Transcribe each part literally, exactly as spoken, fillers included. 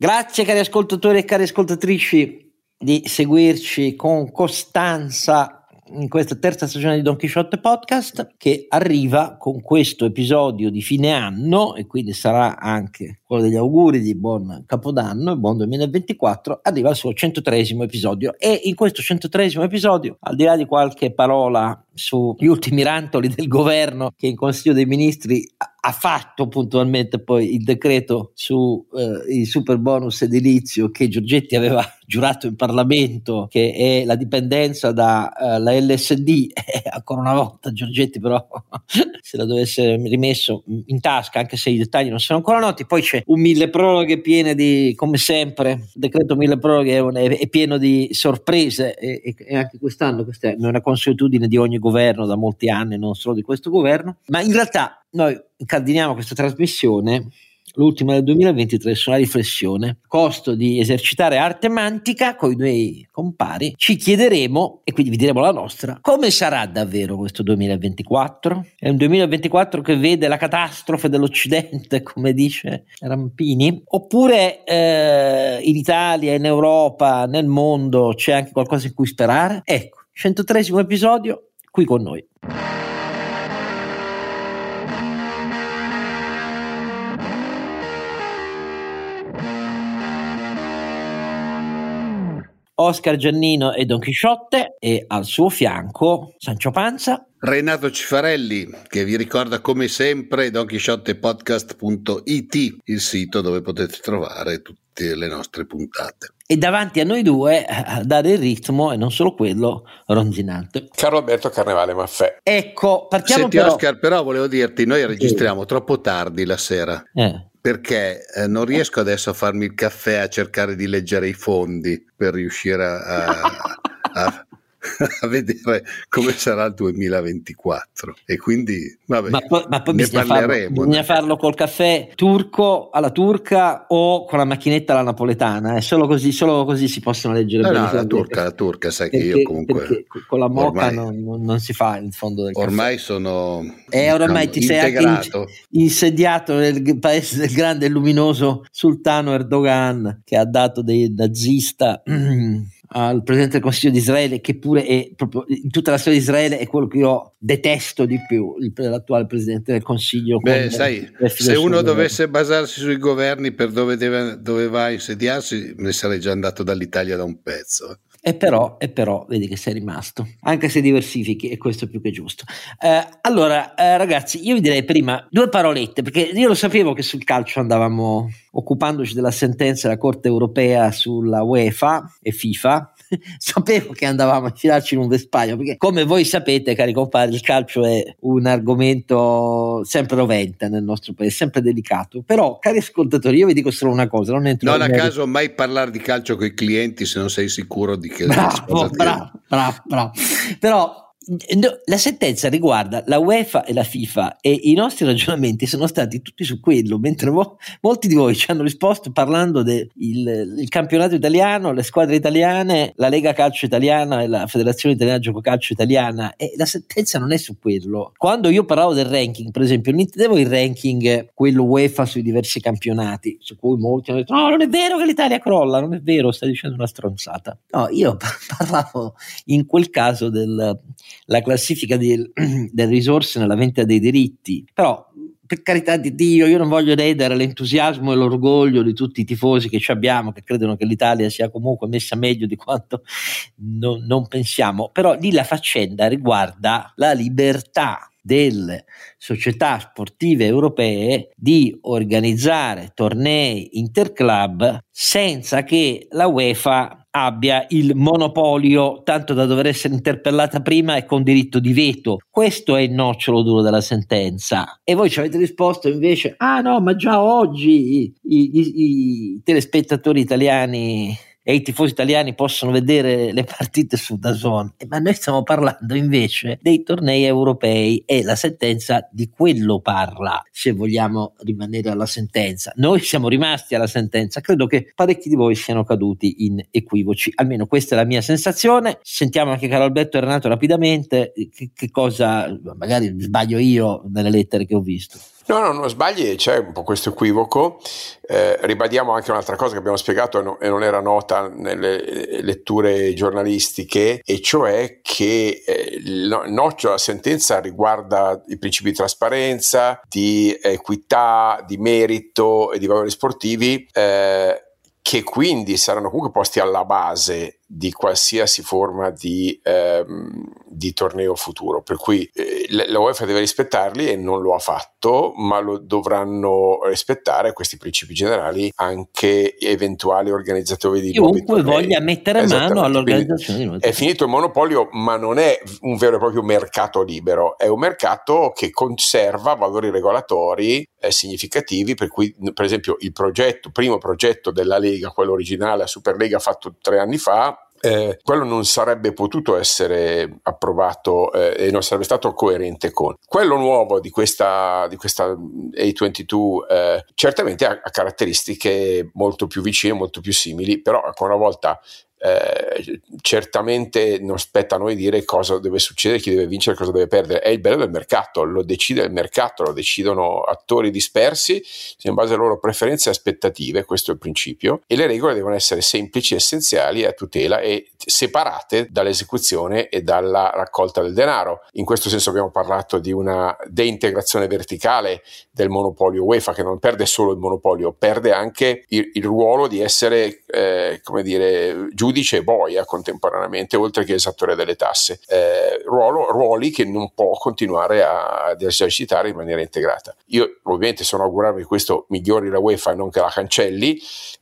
Grazie cari ascoltatori e cari ascoltatrici di seguirci con costanza in questa terza stagione di Don Chisciotte Podcast, che arriva con questo episodio di fine anno e quindi sarà anche quello degli auguri di buon Capodanno e buon duemilaventiquattro. Arriva al suo centotreesimo episodio e in questo centotreesimo episodio, al di là di qualche parola sugli ultimi rantoli del governo che in Consiglio dei Ministri ha fatto puntualmente poi il decreto su eh, il super bonus edilizio che Giorgetti aveva giurato in Parlamento, che è la dipendenza dalla uh, L S D, eh, ancora una volta Giorgetti però se la dovesse rimesso in tasca, anche se i dettagli non sono ancora noti. Poi c'è un mille proroghe piene di, come sempre, il decreto mille proroghe è, un, è, è pieno di sorprese e, e anche quest'anno questa è una consuetudine di ogni governo da molti anni, non solo di questo governo, ma in realtà noi incardiniamo questa trasmissione, l'ultima del duemilaventitré, sulla riflessione: costo di esercitare arte mantica. Con i miei compari ci chiederemo, e quindi vi diremo la nostra, come sarà davvero questo duemilaventiquattro? È un duemilaventiquattro che vede la catastrofe dell'Occidente, come dice Rampini, oppure eh, in Italia, in Europa, nel mondo c'è anche qualcosa in cui sperare? Ecco, centotreesimo episodio qui con noi. Oscar Giannino e Don Chisciotte, e al suo fianco Sancio Panza, Renato Cifarelli, che vi ricorda come sempre don chisciotte podcast punto it, il sito dove potete trovare tutte le nostre puntate. E davanti a noi due a dare il ritmo, e non solo quello, ronzinante, Carlo Alberto Carnevale Maffè. Ecco, partiamo. Senti però... Oscar, però volevo dirti, noi registriamo sì. troppo tardi la sera. Eh. Perché eh, non riesco adesso a farmi il caffè, a cercare di leggere i fondi per riuscire a, a, a, a vedere come sarà il duemilaventiquattro, e quindi vabbè, ma poi, ma poi ne bisogna parleremo. Farlo, bisogna farlo col caffè turco alla turca o con la macchinetta alla napoletana, è solo così, solo così si possono leggere. No, bene no, la turca, la turca, sai perché, che io comunque con la moca ormai, non, non, non si fa il fondo del ormai caffè. sono e ormai diciamo, ti sei integrato. anche insediato nel paese del grande e luminoso sultano Erdogan, che ha dato dei nazista al presidente del Consiglio di Israele, che pure è proprio in tutta la storia di Israele è quello che io detesto di più, il, l'attuale presidente del Consiglio. Beh, sai, se uno dovesse basarsi sui governi per dove deve, dove va a insediarsi, ne sarei già andato dall'Italia da un pezzo. E però, e però vedi che sei rimasto, anche se diversifichi, e questo è più che giusto. Eh, allora, eh, ragazzi, io vi direi prima due parolette, perché io lo sapevo che sul calcio andavamo occupandoci della sentenza della Corte Europea sulla UEFA e FIFA. Sapevo che andavamo a infilarci in un vespaio, perché come voi sapete, cari compari, il calcio è un argomento sempre rovente nel nostro paese, sempre delicato. Però, cari ascoltatori, io vi dico solo una cosa, non entro non a merito. caso mai parlare di calcio con i clienti se non sei sicuro di che bravo, bravo, bravo, bravo. Però no, la sentenza riguarda la UEFA e la FIFA, e i nostri ragionamenti sono stati tutti su quello, mentre vo- molti di voi ci hanno risposto parlando del il campionato italiano, le squadre italiane, la Lega Calcio Italiana e la Federazione Italiana Gioco Calcio Italiana, e la sentenza non è su quello. Quando io parlavo del ranking, per esempio, non intendevo il ranking quello UEFA sui diversi campionati, su cui molti hanno detto no, non è vero che l'Italia crolla, non è vero, stai dicendo una stronzata. No, io parlavo in quel caso del la classifica del, delle risorse nella vendita dei diritti. Però, per carità di Dio, io non voglio ledere l'entusiasmo e l'orgoglio di tutti i tifosi che ci abbiamo, che credono che l'Italia sia comunque messa meglio di quanto non, non pensiamo, però lì la faccenda riguarda la libertà delle società sportive europee di organizzare tornei interclub senza che la UEFA abbia il monopolio, tanto da dover essere interpellata prima e con diritto di veto. Questo è il nocciolo duro della sentenza. E voi ci avete risposto invece: ah no, ma già oggi i, i, i, i telespettatori italiani e i tifosi italiani possono vedere le partite su D A Z N. Eh, ma noi stiamo parlando invece dei tornei europei, e la sentenza di quello parla, se vogliamo rimanere alla sentenza. Noi siamo rimasti alla sentenza, credo che parecchi di voi siano caduti in equivoci, almeno questa è la mia sensazione. Sentiamo anche Carlo Alberto e Renato rapidamente che, che cosa, magari sbaglio io nelle lettere che ho visto. No, no, non sbagli, c'è un po' questo equivoco. Eh, ribadiamo anche un'altra cosa che abbiamo spiegato e, no, e non era nota nelle letture giornalistiche, e cioè che eh, il noccio della sentenza riguarda i principi di trasparenza, di equità, di merito e di valori sportivi, eh, che quindi saranno comunque posti alla base di qualsiasi forma di, ehm, di torneo futuro, per cui eh, la UEFA deve rispettarli e non lo ha fatto, ma lo dovranno rispettare questi principi generali anche eventuali organizzatori di nuovi tornei. Chiunque voglia mettere mano all'organizzazione di nuovi tornei. È finito il monopolio, ma non è un vero e proprio mercato libero, è un mercato che conserva valori regolatori eh, significativi, per cui per esempio il progetto, primo progetto della Lega, quello originale, la Superlega fatto tre anni fa, Eh, quello non sarebbe potuto essere approvato eh, e non sarebbe stato coerente con quello nuovo di questa, di questa A ventidue. Eh, certamente ha, ha caratteristiche molto più vicine, molto più simili, però ancora una volta Eh, certamente non spetta a noi dire cosa deve succedere, chi deve vincere, cosa deve perdere. È il bello del mercato, lo decide il mercato, lo decidono attori dispersi in base alle loro preferenze e aspettative, questo è il principio, e le regole devono essere semplici, essenziali, a tutela e separate dall'esecuzione e dalla raccolta del denaro. In questo senso abbiamo parlato di una deintegrazione verticale del monopolio UEFA, che non perde solo il monopolio, perde anche il, il ruolo di essere eh, come dire giudice e boia contemporaneamente, oltre che esattore delle tasse, eh, ruolo, ruoli che non può continuare a, ad esercitare in maniera integrata. Io ovviamente sono augurarmi che questo migliori la UEFA e non che la cancelli,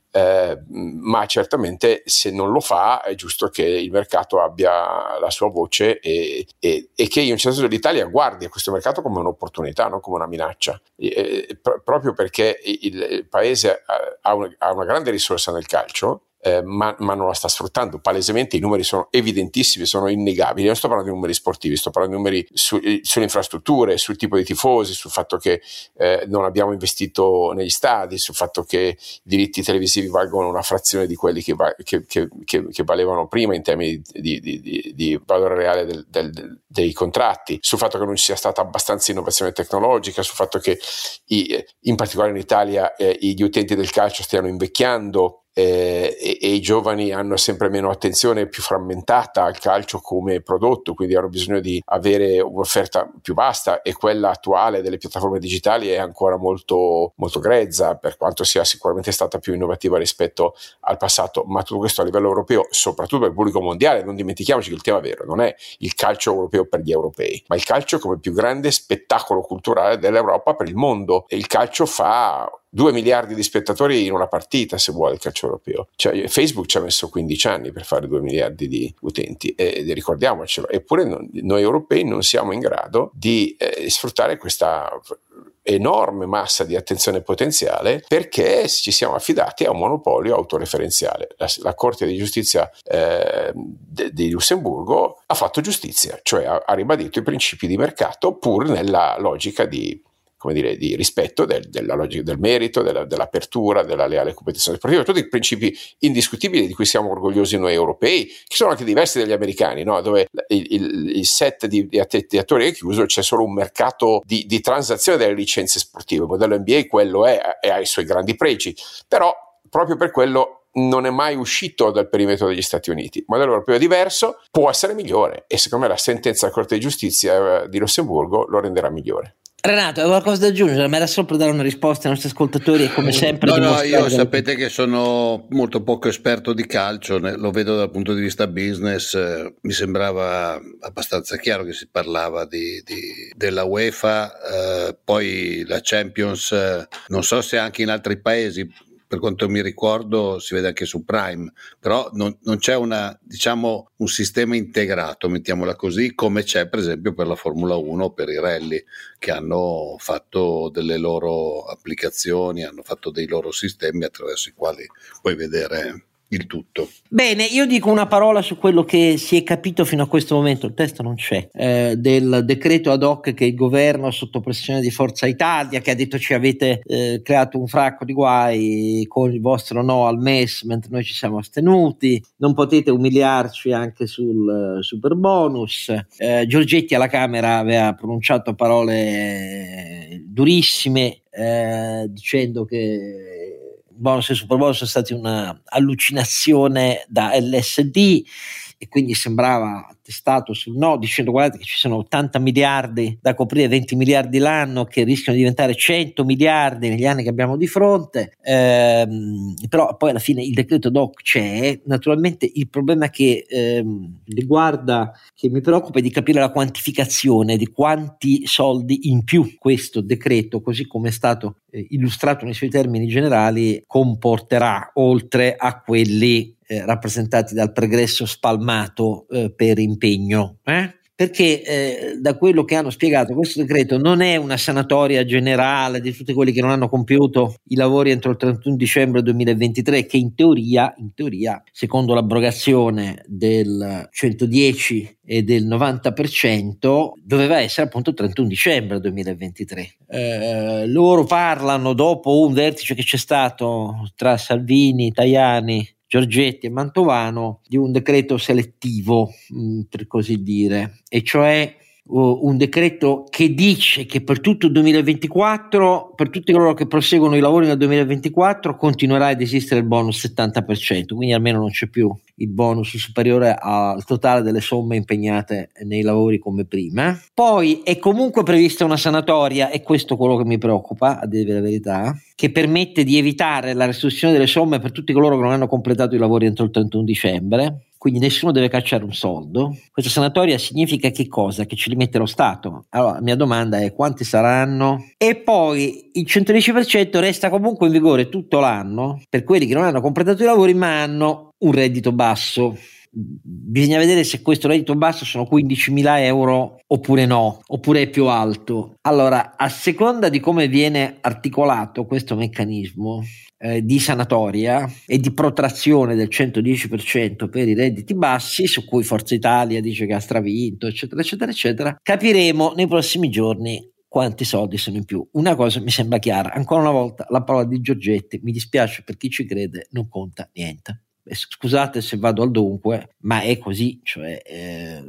eh, ma certamente se non lo fa è giusto che il mercato abbia la sua voce e, e, e che in un certo senso l'Italia guardi a questo mercato come un'opportunità, non come una minaccia, e, e, pr- proprio perché il, il paese ha, ha, una, ha una grande risorsa nel calcio. Eh, ma, ma non la sta sfruttando. Palesemente i numeri sono evidentissimi, sono innegabili. Non sto parlando di numeri sportivi, sto parlando di numeri su, sulle infrastrutture, sul tipo di tifosi, sul fatto che eh, non abbiamo investito negli stadi, sul fatto che i diritti televisivi valgono una frazione di quelli che, va, che, che, che, che valevano prima in termini di, di, di, di valore reale del, del, del, dei contratti, sul fatto che non ci sia stata abbastanza innovazione tecnologica, sul fatto che i, in particolare in Italia eh, gli utenti del calcio stiano invecchiando. Eh, e, e i giovani hanno sempre meno attenzione, più frammentata al calcio come prodotto, quindi hanno bisogno di avere un'offerta più vasta, e quella attuale delle piattaforme digitali è ancora molto, molto grezza, per quanto sia sicuramente stata più innovativa rispetto al passato. Ma tutto questo a livello europeo, soprattutto per il pubblico mondiale. Non dimentichiamoci che il tema vero non è il calcio europeo per gli europei, ma il calcio come più grande spettacolo culturale dell'Europa per il mondo, e il calcio fa due miliardi di spettatori in una partita, se vuole, il calcio europeo. Cioè, Facebook ci ha messo quindici anni per fare due miliardi di utenti, e, e ricordiamocelo. Eppure non, noi europei non siamo in grado di eh, sfruttare questa enorme massa di attenzione potenziale, perché ci siamo affidati a un monopolio autoreferenziale. La, la Corte di Giustizia eh, de, di Lussemburgo ha fatto giustizia, cioè ha, ha ribadito i principi di mercato, pur nella logica di come dire, di rispetto del, della logica del merito, della, dell'apertura, della leale competizione sportiva, tutti i principi indiscutibili di cui siamo orgogliosi noi europei, che sono anche diversi dagli americani, no? Dove il, il, il set di, di attori è chiuso, c'è solo un mercato di, di transazione delle licenze sportive. Il modello N B A quello è, e ha i suoi grandi pregi, però proprio per quello non è mai uscito dal perimetro degli Stati Uniti. Il modello europeo è diverso, può essere migliore, e secondo me la sentenza della Corte di Giustizia di Lussemburgo lo renderà migliore. Renato, hai qualcosa da aggiungere? Ma era solo per dare una risposta ai nostri ascoltatori, e come sempre no, no, io del... sapete che sono molto poco esperto di calcio, lo vedo dal punto di vista business. Eh, mi sembrava abbastanza chiaro che si parlava di, di, della UEFA, eh, poi la Champions, eh, non so se anche in altri paesi, per quanto mi ricordo si vede anche su Prime, però non, non c'è una, diciamo, un sistema integrato, mettiamola così, come c'è per esempio per la Formula uno o per i rally, che hanno fatto delle loro applicazioni, hanno fatto dei loro sistemi attraverso i quali puoi vedere il tutto. Bene, io dico una parola su quello che si è capito fino a questo momento, il testo non c'è, eh, del decreto ad hoc che il governo sotto pressione di Forza Italia, che ha detto ci avete eh, creato un fracco di guai con il vostro no al M E S mentre noi ci siamo astenuti, non potete umiliarci anche sul uh, super bonus. eh, Giorgetti alla Camera aveva pronunciato parole durissime eh, dicendo che bonus e super bonus sono stati una allucinazione da L S D e quindi sembrava attestato sul no, dicendo guardate che ci sono ottanta miliardi da coprire, venti miliardi l'anno che rischiano di diventare cento miliardi negli anni che abbiamo di fronte. Ehm, però poi alla fine il decreto doc c'è. Naturalmente il problema che ehm, riguarda, che mi preoccupa, è di capire la quantificazione di quanti soldi in più questo decreto, così come è stato eh, illustrato nei suoi termini generali, comporterà, oltre a quelli Eh, rappresentati dal pregresso spalmato eh, per impegno, eh? perché eh, da quello che hanno spiegato questo decreto non è una sanatoria generale di tutti quelli che non hanno compiuto i lavori entro il trentuno dicembre duemilaventitré, che in teoria, in teoria secondo l'abrogazione del centodieci e del novanta per cento doveva essere appunto il trentuno dicembre duemilaventitré. Eh, loro parlano dopo un vertice che c'è stato tra Salvini, Tajani, Giorgetti e Mantovano di un decreto selettivo, mh, per così dire, e cioè uh, un decreto che dice che per tutto il duemilaventiquattro, per tutti coloro che proseguono i lavori nel duemilaventiquattro, continuerà ad esistere il bonus settanta per cento, quindi almeno non c'è più il bonus superiore al totale delle somme impegnate nei lavori come prima. Poi è comunque prevista una sanatoria, e questo è quello che mi preoccupa, a dire la verità, che permette di evitare la restituzione delle somme per tutti coloro che non hanno completato i lavori entro il trentuno dicembre, quindi nessuno deve cacciare un soldo. Questa sanatoria significa che cosa? Che ce li mette lo Stato. Allora la mia domanda è: quanti saranno? E poi il centodieci per cento resta comunque in vigore tutto l'anno per quelli che non hanno completato i lavori ma hanno un reddito basso. Bisogna vedere se questo reddito basso sono quindicimila euro oppure no, oppure è più alto. Allora, a seconda di come viene articolato questo meccanismo eh, di sanatoria e di protrazione del centodieci per cento per i redditi bassi, su cui Forza Italia dice che ha stravinto, eccetera, eccetera, eccetera, capiremo nei prossimi giorni quanti soldi sono in più. Una cosa mi sembra chiara: ancora una volta la parola di Giorgetti, mi dispiace per chi ci crede, non conta niente. Scusate se vado al dunque, ma è così, cioè eh,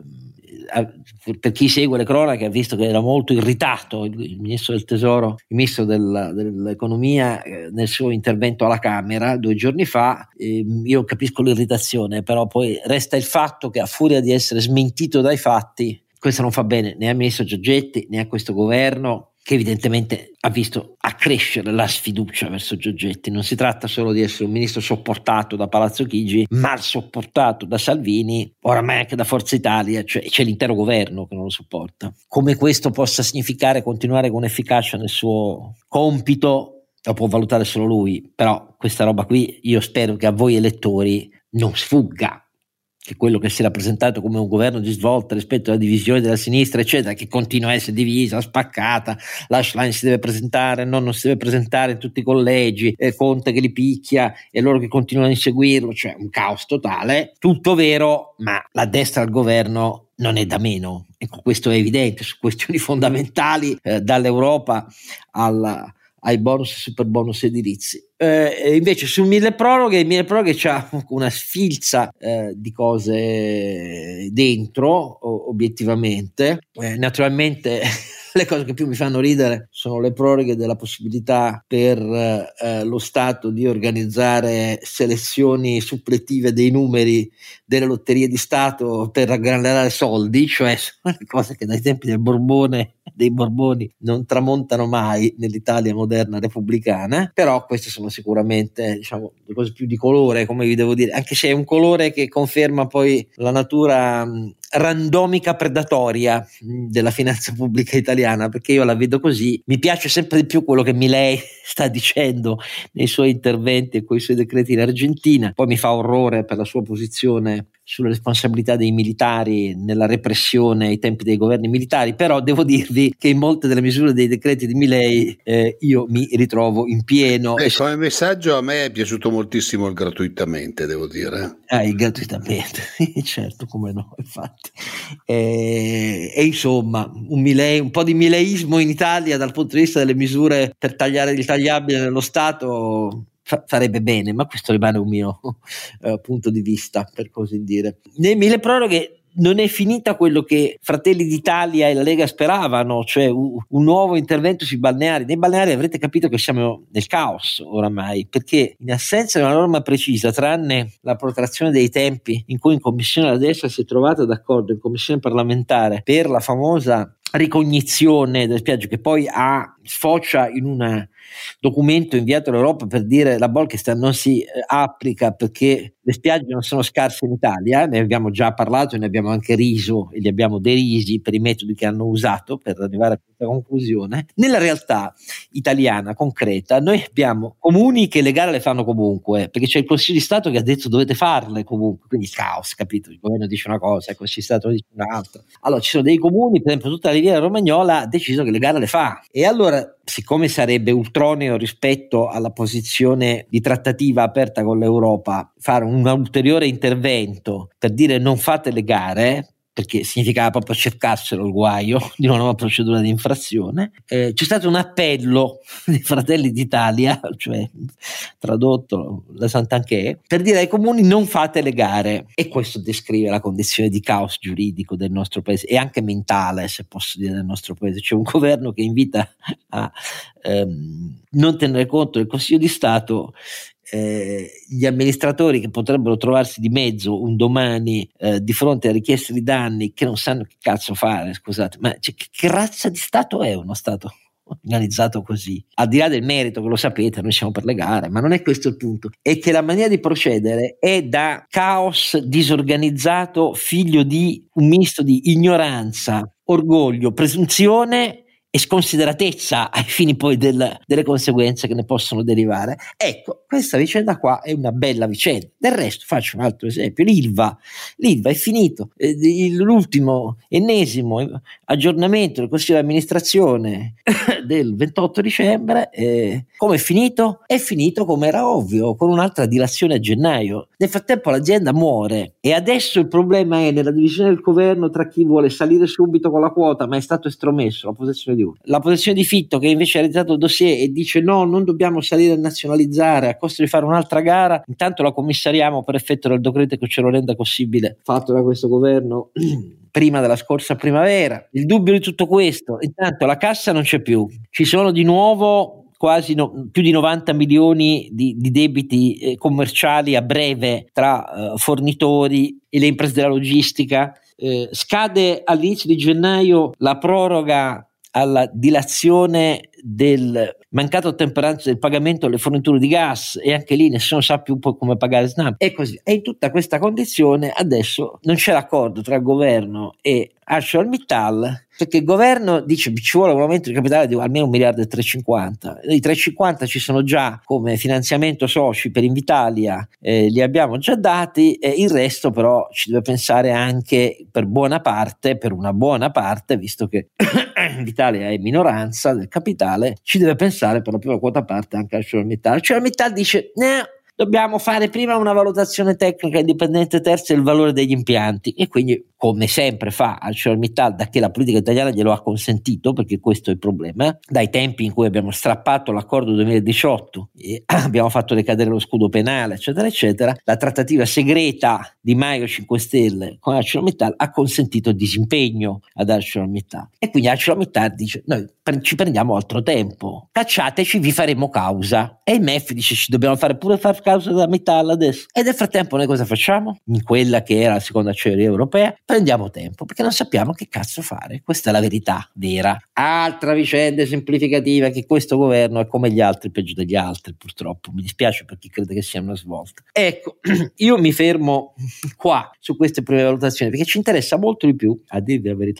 per chi segue le cronache ha visto che era molto irritato il, il ministro del tesoro, il ministro del, dell'economia eh, nel suo intervento alla Camera due giorni fa. Eh, io capisco l'irritazione, però poi resta il fatto che a furia di essere smentito dai fatti, questo non fa bene né al ministro Giorgetti né a questo governo, che evidentemente ha visto accrescere la sfiducia verso Giorgetti. Non si tratta solo di essere un ministro sopportato da Palazzo Chigi, mal sopportato da Salvini, oramai anche da Forza Italia, cioè c'è l'intero governo che non lo sopporta. Come questo possa significare continuare con efficacia nel suo compito lo può valutare solo lui, però questa roba qui io spero che a voi elettori non sfugga, che quello che si era presentato come un governo di svolta rispetto alla divisione della sinistra, eccetera, che continua a essere divisa, spaccata, la Schlein si deve presentare, no, non si deve presentare in tutti i collegi, eh, Conte che li picchia e loro che continuano a inseguirlo, cioè un caos totale, tutto vero, ma la destra al governo non è da meno. Ecco, questo è evidente su questioni fondamentali, eh, dall'Europa alla ai bonus e super bonus edilizi. Eh, invece sul mille proroghe, il mille proroghe c'ha una sfilza eh, di cose dentro, o, obiettivamente. Eh, naturalmente le cose che più mi fanno ridere sono le proroghe della possibilità per eh, lo Stato di organizzare selezioni suppletive dei numeri delle lotterie di Stato per raggranellare soldi, cioè sono le cose che dai tempi del Borbone, dei Borboni, non tramontano mai nell'Italia moderna repubblicana. Però queste sono sicuramente, diciamo, le cose più di colore, come vi devo dire, anche se è un colore che conferma poi la natura mh, randomica predatoria mh, della finanza pubblica italiana, perché io la vedo così. Mi piace sempre di più quello che Milei sta dicendo nei suoi interventi e con i suoi decreti in Argentina, poi mi fa orrore per la sua posizione sulle responsabilità dei militari nella repressione ai tempi dei governi militari, però devo dirvi che in molte delle misure dei decreti di Milei eh, io mi ritrovo in pieno. Beh, come messaggio a me è piaciuto moltissimo il gratuitamente, devo dire. Ah, il gratuitamente, certo, come no, infatti. E, e insomma, un, Milei, un po' di mileismo in Italia dal punto di vista delle misure per tagliare il tagliabile nello Stato fa, farebbe bene, ma questo rimane un mio eh, punto di vista, per così dire. Nei mille proroghe non è finita quello che Fratelli d'Italia e la Lega speravano, cioè un, un nuovo intervento sui balneari. Nei balneari avrete capito che siamo nel caos oramai, perché in assenza di una norma precisa, tranne la protrazione dei tempi in cui in commissione la destra si è trovata d'accordo in commissione parlamentare per la famosa ricognizione delle spiagge, che poi ha sfocia in un documento inviato all'Europa per dire la Bolkestein non si eh, applica perché le spiagge non sono scarse in Italia. Ne abbiamo già parlato, ne abbiamo anche riso e li abbiamo derisi per i metodi che hanno usato per arrivare a questa conclusione. Nella realtà italiana concreta noi abbiamo comuni che le gare le fanno comunque, perché c'è il Consiglio di Stato che ha detto dovete farle comunque, quindi il caos, capito? Il governo dice una cosa, il Consiglio di Stato dice un'altra. Allora ci sono dei comuni, per esempio tutta la Riviera Romagnola ha deciso che le gare le fa, e allora siccome sarebbe ultroneo rispetto alla posizione di trattativa aperta con l'Europa fare un ulteriore intervento per dire non fate le gare, perché significava proprio cercarselo il guaio di una nuova procedura di infrazione, eh, c'è stato un appello dei Fratelli d'Italia, cioè tradotto la Santanchè, per dire ai comuni non fate le gare, e questo descrive la condizione di caos giuridico del nostro paese e anche mentale, se posso dire, del nostro paese. C'è un governo che invita a ehm, non tenere conto del Consiglio di Stato. Eh, gli amministratori che potrebbero trovarsi di mezzo un domani eh, di fronte a richieste di danni che non sanno che cazzo fare, scusate, ma cioè, che, che razza di Stato è uno Stato organizzato così? Al di là del merito, che lo sapete, noi siamo per le gare, ma non è questo il punto, è che la maniera di procedere è da caos disorganizzato, figlio di un misto di ignoranza, orgoglio, presunzione e sconsideratezza ai fini poi del, delle conseguenze che ne possono derivare. Ecco, questa vicenda qua è una bella vicenda. Del resto faccio un altro esempio: l'Ilva l'Ilva è finito, eh, l'ultimo ennesimo aggiornamento del Consiglio di amministrazione del ventotto dicembre, eh, come è finito? È finito come era ovvio, con un'altra dilazione a gennaio. Nel frattempo l'azienda muore e adesso il problema è nella divisione del governo tra chi vuole salire subito con la quota ma è stato estromesso, la posizione di La posizione di Fitto, che invece ha realizzato il dossier e dice no, non dobbiamo salire a nazionalizzare a costo di fare un'altra gara, intanto la commissariamo per effetto del decreto che ce lo renda possibile, fatto da questo governo prima della scorsa primavera. Il dubbio di tutto questo: intanto la cassa non c'è più, ci sono di nuovo quasi no, più di novanta milioni di, di debiti eh, commerciali a breve tra eh, fornitori e le imprese della logistica. Eh, scade all'inizio di gennaio la proroga alla dilazione del mancato ottemperanza del pagamento alle forniture di gas, e anche lì nessuno sa più poi come pagare Snam e così. E in tutta questa condizione adesso non c'è l'accordo tra il governo e ArcelorMittal, perché il governo dice ci vuole un aumento di capitale di almeno un miliardo e trecentocinquanta. I trecentocinquanta ci sono già come finanziamento soci per Invitalia, eh, li abbiamo già dati, e il resto però ci deve pensare anche per buona parte, per una buona parte, visto che Invitalia è minoranza del capitale, ci deve pensare per la prima quota parte anche ArcelorMittal. ArcelorMittal dice no, dobbiamo fare prima una valutazione tecnica indipendente terza del valore degli impianti, e quindi, come sempre fa ArcelorMittal, da che la politica italiana glielo ha consentito, perché questo è il problema, dai tempi in cui abbiamo strappato l'accordo duemiladiciotto e abbiamo fatto decadere lo scudo penale, eccetera eccetera, la trattativa segreta di Maio cinque Stelle con ArcelorMittal ha consentito il disimpegno ad ArcelorMittal, e quindi ArcelorMittal dice noi ci prendiamo altro tempo, cacciateci, vi faremo causa, e il M E F dice ci dobbiamo fare pure far causa da Mittal adesso, e nel frattempo noi cosa facciamo? In quella che era la seconda acciaieria europea prendiamo tempo perché non sappiamo che cazzo fare. Questa è la verità vera. Altra vicenda semplificativa, che questo governo è come gli altri, peggio degli altri, purtroppo. Mi dispiace per chi crede che sia una svolta. Ecco, io mi fermo qua su queste prime valutazioni perché ci interessa molto di più, a dirvi la verità,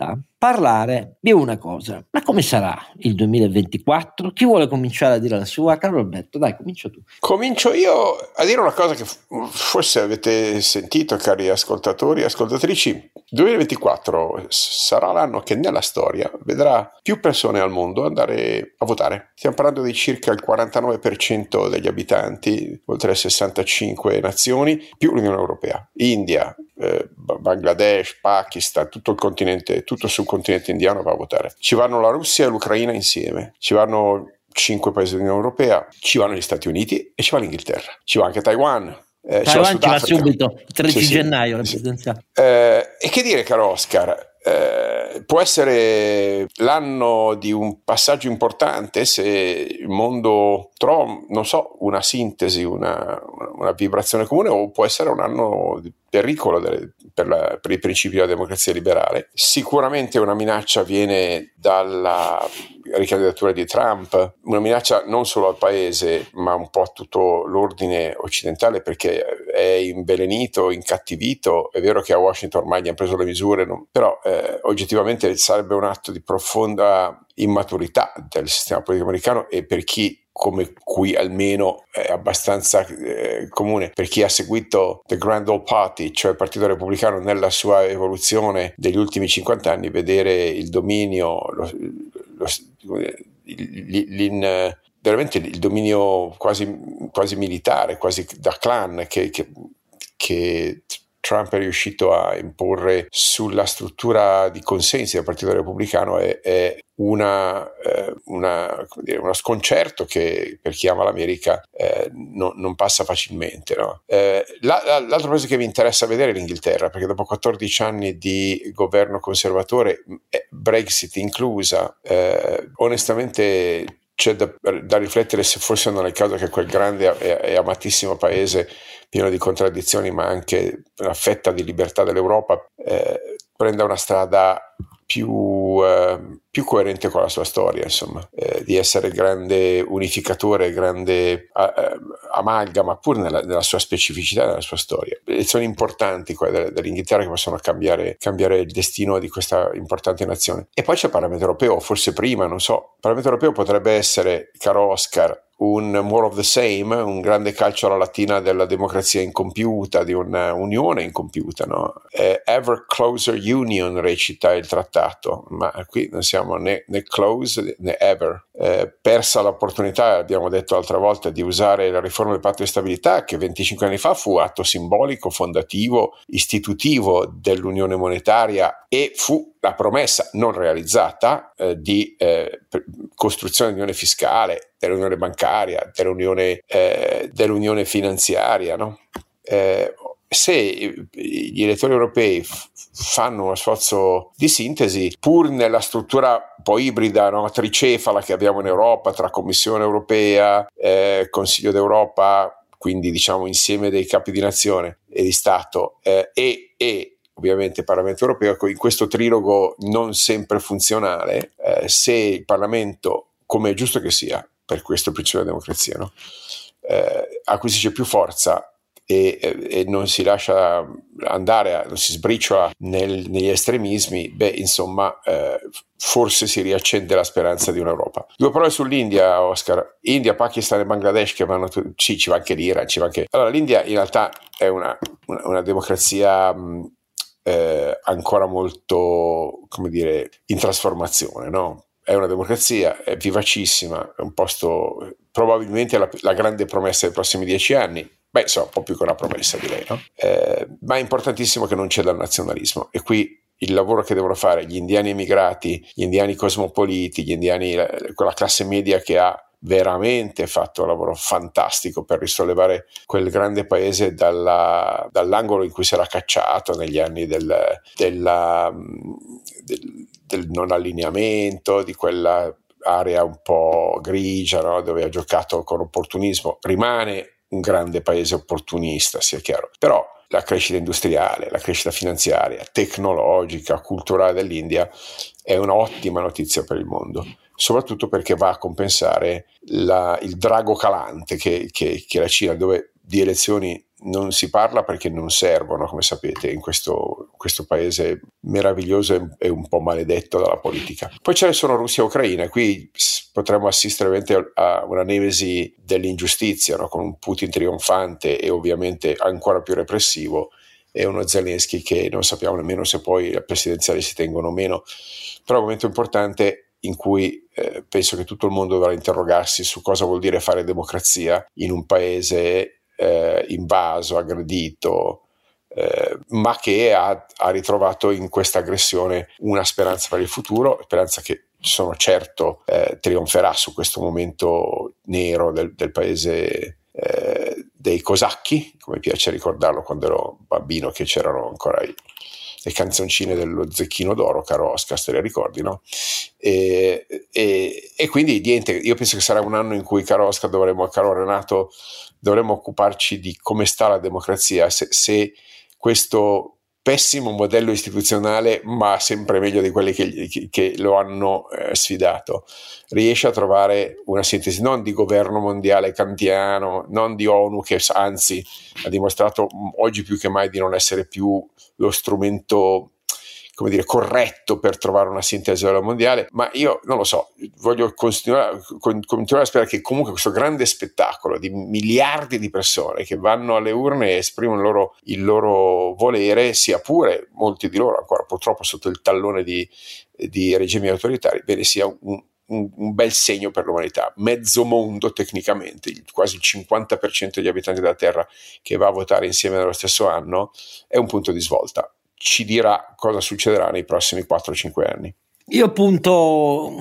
parlare di una cosa. Ma come sarà il duemilaventiquattro? Chi vuole cominciare a dire la sua? Caro Alberto, dai, comincio tu. Comincio io a dire una cosa che forse avete sentito, cari ascoltatori e ascoltatrici. duemilaventiquattro sarà l'anno che nella storia vedrà più persone al mondo andare a votare. Stiamo parlando di circa il quarantanove per cento degli abitanti, oltre sessantacinque nazioni, più l'Unione Europea, India, eh, Bangladesh, Pakistan, tutto il continente, tutto sul continente indiano va a votare. Ci vanno la Russia e l'Ucraina insieme, ci vanno cinque paesi dell'Unione Europea, ci vanno gli Stati Uniti e ci va l'Inghilterra, ci va anche Taiwan. Eh, Taiwan ci va subito, il tredici sì, gennaio la sì. presidenziale. Eh, e che dire, caro Oscar? Eh, può essere l'anno di un passaggio importante se il mondo trova, non so, una sintesi, una, una vibrazione comune, o può essere un anno di pericolo delle, per, la, per i principi della democrazia liberale. Sicuramente una minaccia viene dalla ricandidatura di Trump, una minaccia non solo al paese ma un po' a tutto l'ordine occidentale, perché è invelenito, incattivito. È vero che a Washington ormai gli hanno preso le misure, non, però eh, oggettivamente sarebbe un atto di profonda immaturità del sistema politico americano, e per chi come qui almeno è abbastanza eh, comune, per chi ha seguito The Grand Old Party, cioè il Partito Repubblicano nella sua evoluzione degli ultimi cinquanta anni, vedere il dominio, lo, lo, l'in, veramente il dominio quasi, quasi militare, quasi da clan che, che, che Trump è riuscito a imporre sulla struttura di consensi del Partito Repubblicano è, è una, eh, una, come dire, uno sconcerto che per chi ama l'America eh, no, non passa facilmente, no? Eh, la, la, l'altro paese che mi interessa vedere è l'Inghilterra, perché dopo quattordici anni di governo conservatore, Brexit inclusa, eh, onestamente c'è da, da riflettere se forse non è il caso che quel grande e, e amatissimo paese, pieno di contraddizioni ma anche una fetta di libertà dell'Europa, eh, prenda una strada più, eh, più coerente con la sua storia, insomma, eh, di essere grande unificatore, grande eh, amalgama, pur nella, nella sua specificità, nella sua storia. Elezioni importanti quelle dell'Inghilterra che possono cambiare, cambiare il destino di questa importante nazione. E poi c'è il Parlamento europeo, forse prima, non so. Il Parlamento europeo potrebbe essere, caro Oscar, un more of the same, un grande calcio alla latina della democrazia incompiuta, di un'unione incompiuta, no? Eh, ever closer union recita il trattato, ma qui non siamo né, né close né ever. Eh, persa l'opportunità, abbiamo detto l'altra volta, di usare la riforma del patto di stabilità, che venticinque anni fa fu atto simbolico, fondativo, istitutivo dell'unione monetaria, e fu la promessa non realizzata eh, di eh, costruzione dell'unione fiscale, dell'unione bancaria, dell'unione, eh, dell'unione finanziaria, no? Eh, se gli elettori europei f- fanno uno sforzo di sintesi, pur nella struttura un po' ibrida, no, tricefala che abbiamo in Europa, tra Commissione europea, eh, Consiglio d'Europa, quindi diciamo insieme dei capi di nazione e di Stato, eh, e, e ovviamente Parlamento europeo, in questo trilogo non sempre funzionale, eh, se il Parlamento, come è giusto che sia per questo principio della democrazia, no? eh, acquisisce più forza e, e non si lascia andare, a, non si sbriciola nel, negli estremismi, beh, insomma, eh, forse si riaccende la speranza di un'Europa. Due parole sull'India, Oscar. India, Pakistan e Bangladesh che vanno, sì, ci va anche l'Iran, ci va anche... Allora, l'India in realtà è una, una, una democrazia mh, eh, ancora molto, come dire, in trasformazione, no? È una democrazia, è vivacissima, è un posto, probabilmente la, la grande promessa dei prossimi dieci anni. Beh, insomma, un po' più che una promessa, direi, no? Eh, ma è importantissimo che non ceda al nazionalismo, e qui il lavoro che devono fare gli indiani emigrati, gli indiani cosmopoliti, gli indiani, quella classe media che ha veramente fatto un lavoro fantastico per risollevare quel grande paese dalla, dall'angolo in cui si era cacciato negli anni del, della, del, del non allineamento, di quella area un po' grigia, no? Dove ha giocato con opportunismo. Rimane un grande paese opportunista, sia chiaro, però la crescita industriale, la crescita finanziaria, tecnologica, culturale dell'India è un'ottima notizia per il mondo, soprattutto perché va a compensare la, il drago calante che, che, che la Cina, dove di elezioni non si parla perché non servono, come sapete, in questo, questo paese meraviglioso e un po' maledetto dalla politica. Poi ce ne sono Russia e Ucraina, qui potremmo assistere veramente a una nemesi dell'ingiustizia, no? Con un Putin trionfante e ovviamente ancora più repressivo, e uno Zelensky che non sappiamo nemmeno se poi le presidenziali si tengono o meno, però è un momento importante in cui eh, penso che tutto il mondo dovrà interrogarsi su cosa vuol dire fare democrazia in un paese eh, invaso, aggredito, eh, ma che ha, ha ritrovato in questa aggressione una speranza per il futuro, speranza che sono certo eh, trionferà su questo momento nero del, del paese eh, dei cosacchi, come piace ricordarlo quando ero bambino, che c'erano ancora i, le canzoncine dello Zecchino d'Oro, caro Oscar, te le ricordi, no? E, e, e quindi niente, io penso che sarà un anno in cui, caro Oscar, dovremo, caro Renato, dovremmo occuparci di come sta la democrazia, se, se questo pessimo modello istituzionale, ma sempre meglio di quelli che, che, che lo hanno eh, sfidato, riesce a trovare una sintesi non di governo mondiale kantiano, non di ONU, che anzi ha dimostrato oggi più che mai di non essere più lo strumento, come dire, corretto per trovare una sintesi della mondiale, ma io non lo so, voglio continuare, continuare a sperare che comunque questo grande spettacolo di miliardi di persone che vanno alle urne e esprimono il loro, il loro volere, sia pure molti di loro ancora purtroppo sotto il tallone di, di regimi autoritari, bene, sia un, un, un bel segno per l'umanità. Mezzo mondo tecnicamente, quasi il cinquanta per cento degli abitanti della Terra che va a votare insieme nello stesso anno, è un punto di svolta. Ci dirà cosa succederà nei prossimi quattro cinque anni. Io appunto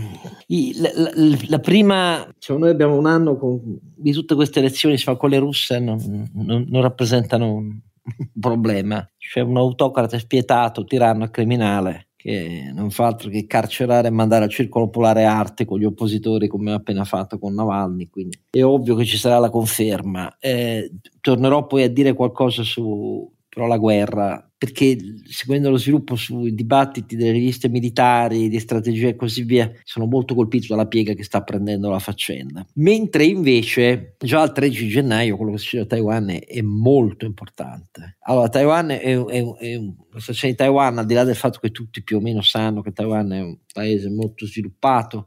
la, la, la prima, cioè noi abbiamo un anno con, di tutte queste elezioni, si fa quelle russe, non, non, non rappresentano un problema. C'è un autocrate spietato, tiranno e criminale che non fa altro che carcerare e mandare al circolo polare arte con gli oppositori, come ha appena fatto con Navalny, quindi è ovvio che ci sarà la conferma. Eh, tornerò poi a dire qualcosa su però la guerra, perché seguendo lo sviluppo sui dibattiti delle riviste militari, di strategia e così via, sono molto colpito dalla piega che sta prendendo la faccenda. Mentre invece già il tredici gennaio quello che succede a Taiwan è, è molto importante. Allora, Taiwan è, è, è la situazione di Taiwan, al di là del fatto che tutti più o meno sanno che Taiwan è un paese molto sviluppato,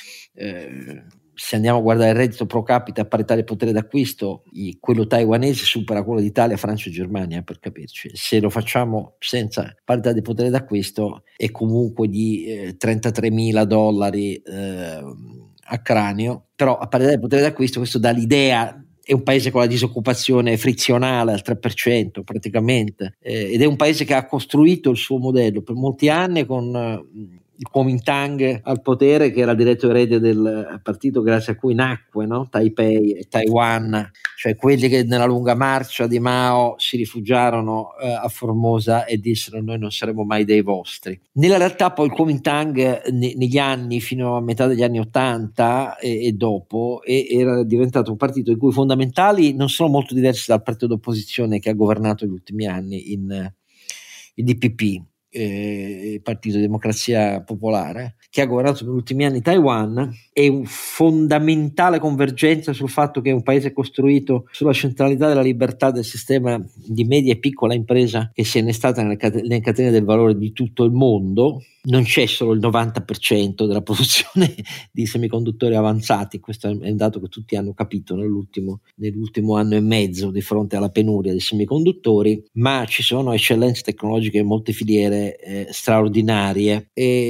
eh, se andiamo a guardare il reddito pro capite a parità di potere d'acquisto, quello taiwanese supera quello di Italia, Francia e Germania, per capirci. Se lo facciamo senza parità di potere d'acquisto è comunque di eh, trentatremila dollari eh, a cranio, però a parità di potere d'acquisto questo dà l'idea. È un paese con la disoccupazione frizionale al tre per cento praticamente, eh, ed è un paese che ha costruito il suo modello per molti anni con eh, il Kuomintang al potere, che era diretto erede del partito grazie a cui nacque, no? Taipei e Taiwan, cioè quelli che nella lunga marcia di Mao si rifugiarono eh, a Formosa e dissero noi non saremo mai dei vostri. Nella realtà poi il Kuomintang ne, negli anni fino a metà degli anni ottanta e, e dopo e, era diventato un partito i cui fondamentali non sono molto diversi dal partito d'opposizione che ha governato negli ultimi anni, in il D P P, Eh, Partito di Democrazia Popolare, che ha governato negli ultimi anni Taiwan. È un fondamentale convergenza sul fatto che è un paese costruito sulla centralità della libertà del sistema di media e piccola impresa che si è innestata nelle, cate- nelle catene del valore di tutto il mondo. Non c'è solo il novanta per cento della produzione di semiconduttori avanzati, questo è un dato che tutti hanno capito nell'ultimo, nell'ultimo anno e mezzo di fronte alla penuria dei semiconduttori, ma ci sono eccellenze tecnologiche in molte filiere eh, straordinarie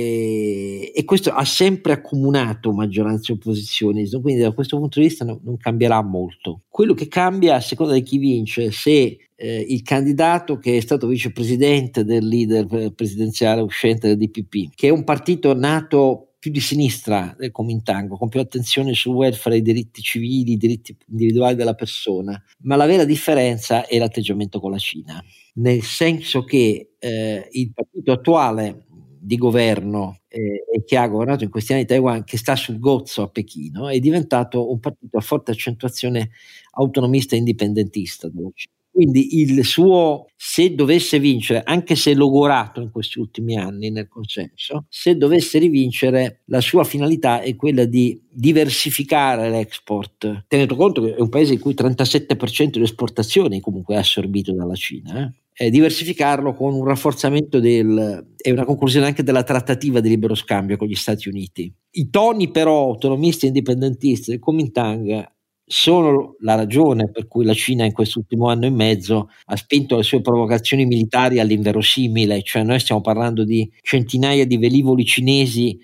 e, e questo ha sempre accomunato maggioranza e opposizioni, quindi da questo punto di vista no, non cambierà molto. Quello che cambia a seconda di chi vince, se Eh, il candidato che è stato vicepresidente del leader presidenziale uscente del D P P, che è un partito nato più di sinistra del Kuomintang, con più attenzione sul welfare, i diritti civili, i diritti individuali della persona, ma la vera differenza è l'atteggiamento con la Cina, nel senso che eh, il partito attuale di governo eh, e che ha governato in questi anni Taiwan, che sta sul gozzo a Pechino, è diventato un partito a forte accentuazione autonomista e indipendentista della Cina. Quindi il suo, se dovesse vincere, anche se logorato in questi ultimi anni nel consenso, se dovesse rivincere, la sua finalità è quella di diversificare l'export, tenendo conto che è un paese in cui il trentasette per cento delle esportazioni comunque è assorbito dalla Cina, eh? E diversificarlo con un rafforzamento del, e una conclusione anche della trattativa di libero scambio con gli Stati Uniti. I toni però autonomisti e indipendentisti del Kuomintang sono la ragione per cui la Cina in quest'ultimo anno e mezzo ha spinto le sue provocazioni militari all'inverosimile, cioè noi stiamo parlando di centinaia di velivoli cinesi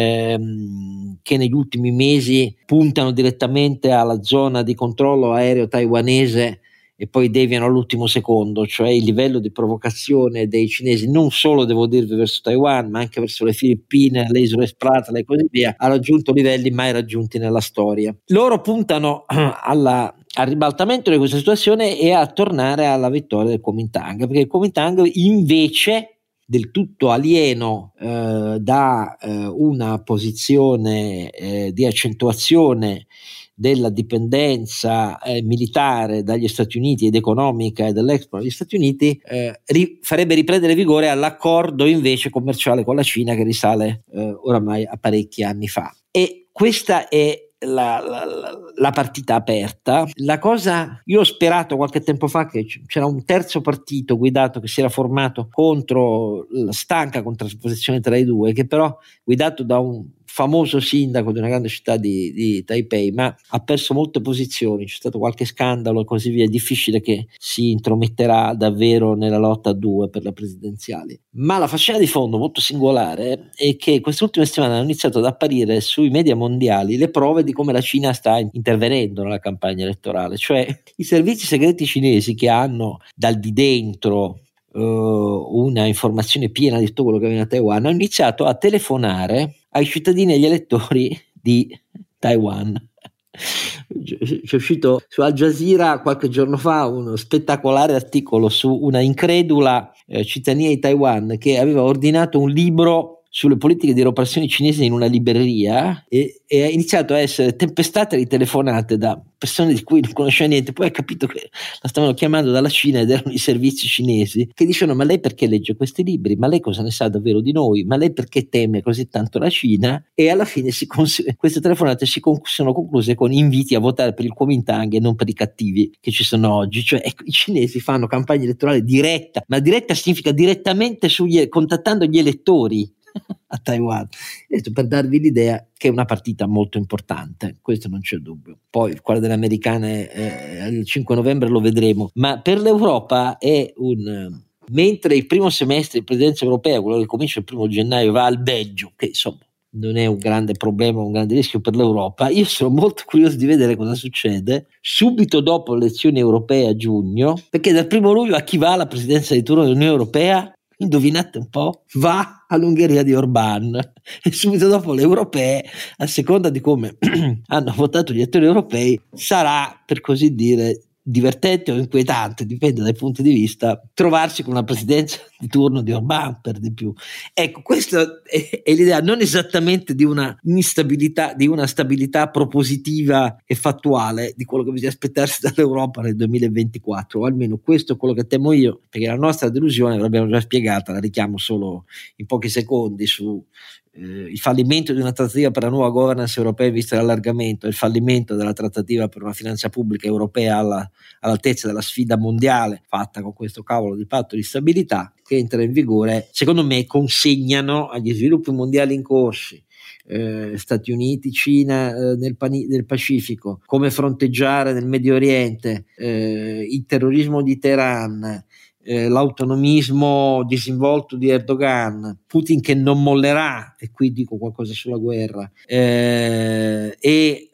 ehm, che negli ultimi mesi puntano direttamente alla zona di controllo aereo taiwanese e poi deviano all'ultimo secondo, cioè il livello di provocazione dei cinesi, non solo devo dirvi verso Taiwan, ma anche verso le Filippine, le isole Spratly e così via, ha raggiunto livelli mai raggiunti nella storia. Loro puntano alla, al ribaltamento di questa situazione e a tornare alla vittoria del Kuomintang, perché il Kuomintang invece, del tutto alieno eh, da eh, una posizione eh, di accentuazione della dipendenza eh, militare dagli Stati Uniti ed economica e dell'export degli Stati Uniti, eh, ri- farebbe riprendere vigore all'accordo invece commerciale con la Cina che risale eh, oramai a parecchi anni fa. E questa è La, la, la partita aperta. La cosa, io ho sperato qualche tempo fa che c'era un terzo partito guidato che si era formato contro la stanca contrapposizione tra i due, che però guidato da un famoso sindaco di una grande città di, di Taipei, ma ha perso molte posizioni, c'è stato qualche scandalo e così via, è difficile che si intrometterà davvero nella lotta a due per le presidenziali. Ma la faccenda di fondo molto singolare è che queste ultime settimane hanno iniziato ad apparire sui media mondiali le prove di come la Cina sta intervenendo nella campagna elettorale, cioè i servizi segreti cinesi che hanno dal di dentro uh, una informazione piena di tutto quello che avviene a Taiwan, hanno iniziato a telefonare ai cittadini e agli elettori di Taiwan. C'è uscito su Al Jazeera qualche giorno fa uno spettacolare articolo su una incredula eh, cittadina di Taiwan che aveva ordinato un libro sulle politiche di repressione cinese in una libreria e, e ha iniziato a essere tempestate di telefonate da persone di cui non conosceva niente. Poi ha capito che la stavano chiamando dalla Cina ed erano i servizi cinesi che dicevano: ma lei perché legge questi libri? Ma lei cosa ne sa davvero di noi? Ma lei perché teme così tanto la Cina? E alla fine si cons- queste telefonate si con- sono concluse con inviti a votare per il Kuomintang e non per i cattivi che ci sono oggi. Cioè ecco, i cinesi fanno campagna elettorale diretta, ma diretta significa direttamente sugli, contattando gli elettori a Taiwan, per darvi l'idea che è una partita molto importante, questo non c'è dubbio. Poi quella delle americane eh, il cinque novembre lo vedremo, ma per l'Europa è un... mentre il primo semestre di presidenza europea, quello che comincia il primo gennaio, va al Belgio, che insomma non è un grande problema, un grande rischio per l'Europa, io sono molto curioso di vedere cosa succede subito dopo le elezioni europee a giugno, perché dal primo luglio a chi va alla presidenza di turno dell'Unione Europea? Indovinate un po', va all'Ungheria di Orbán e subito dopo le europee, a seconda di come hanno votato gli attori europei, sarà per così dire divertente o inquietante, dipende dai punti di vista, trovarsi con una presidenza di turno di Orbán per di più. Ecco, questa è, è l'idea non esattamente di una instabilità, di una stabilità propositiva e fattuale di quello che bisogna aspettarsi dall'Europa nel duemilaventiquattro, o almeno questo è quello che temo io, perché la nostra delusione l'abbiamo già spiegata, la richiamo solo in pochi secondi su Eh, il fallimento di una trattativa per la nuova governance europea vista l'allargamento, il fallimento della trattativa per una finanza pubblica europea alla, all'altezza della sfida mondiale fatta con questo cavolo di patto di stabilità che entra in vigore, secondo me consegnano agli sviluppi mondiali in corso, eh, Stati Uniti, Cina eh, nel, pani- nel Pacifico, come fronteggiare nel Medio Oriente eh, il terrorismo di Teheran, Eh, l'autonomismo disinvolto di Erdogan, Putin che non mollerà, e qui dico qualcosa sulla guerra, eh, e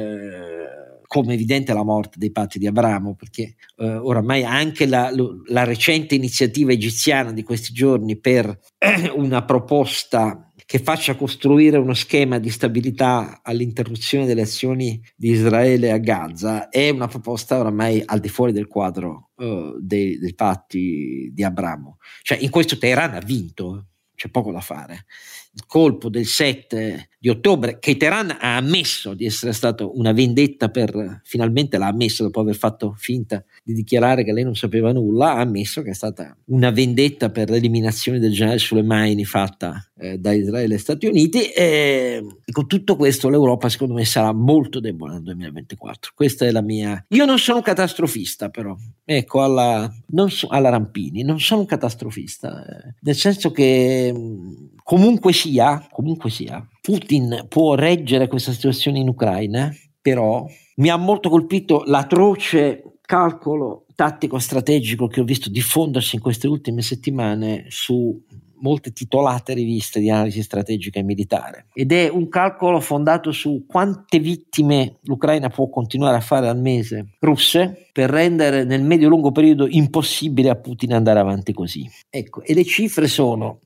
eh, come evidente la morte dei patti di Abramo, perché eh, oramai anche la, la recente iniziativa egiziana di questi giorni per eh, una proposta che faccia costruire uno schema di stabilità all'interruzione delle azioni di Israele a Gaza è una proposta oramai al di fuori del quadro uh, dei, dei patti di Abramo. Cioè in questo Teheran ha vinto, c'è poco da fare. Il colpo del sette di ottobre, che Teheran ha ammesso di essere stato una vendetta per, finalmente l'ha ammesso dopo aver fatto finta di dichiarare che lei non sapeva nulla, ha ammesso che è stata una vendetta per l'eliminazione del generale Soleimani fatta eh, da Israele e Stati Uniti, e, e con tutto questo l'Europa secondo me sarà molto debole nel duemilaventiquattro. Questa è la mia... Io non sono un catastrofista, però, ecco, alla, non so, alla Rampini, non sono un catastrofista, eh, nel senso che comunque sia, comunque sia, Putin può reggere questa situazione in Ucraina, però mi ha molto colpito l'atroce calcolo tattico strategico che ho visto diffondersi in queste ultime settimane su molte titolate riviste di analisi strategica e militare, ed è un calcolo fondato su quante vittime l'Ucraina può continuare a fare al mese russe per rendere nel medio-lungo periodo impossibile a Putin andare avanti così. Ecco, e le cifre sono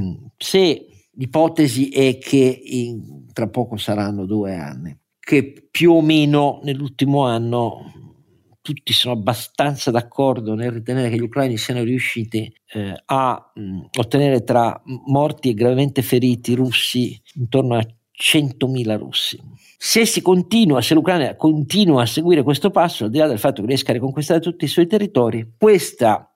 se l'ipotesi è che in, tra poco saranno due anni, che più o meno nell'ultimo anno tutti sono abbastanza d'accordo nel ritenere che gli ucraini siano riusciti eh, a mh, ottenere tra morti e gravemente feriti russi intorno a centomila russi. Se si continua, se l'Ucraina continua a seguire questo passo, al di là del fatto che riesca a riconquistare tutti i suoi territori, questo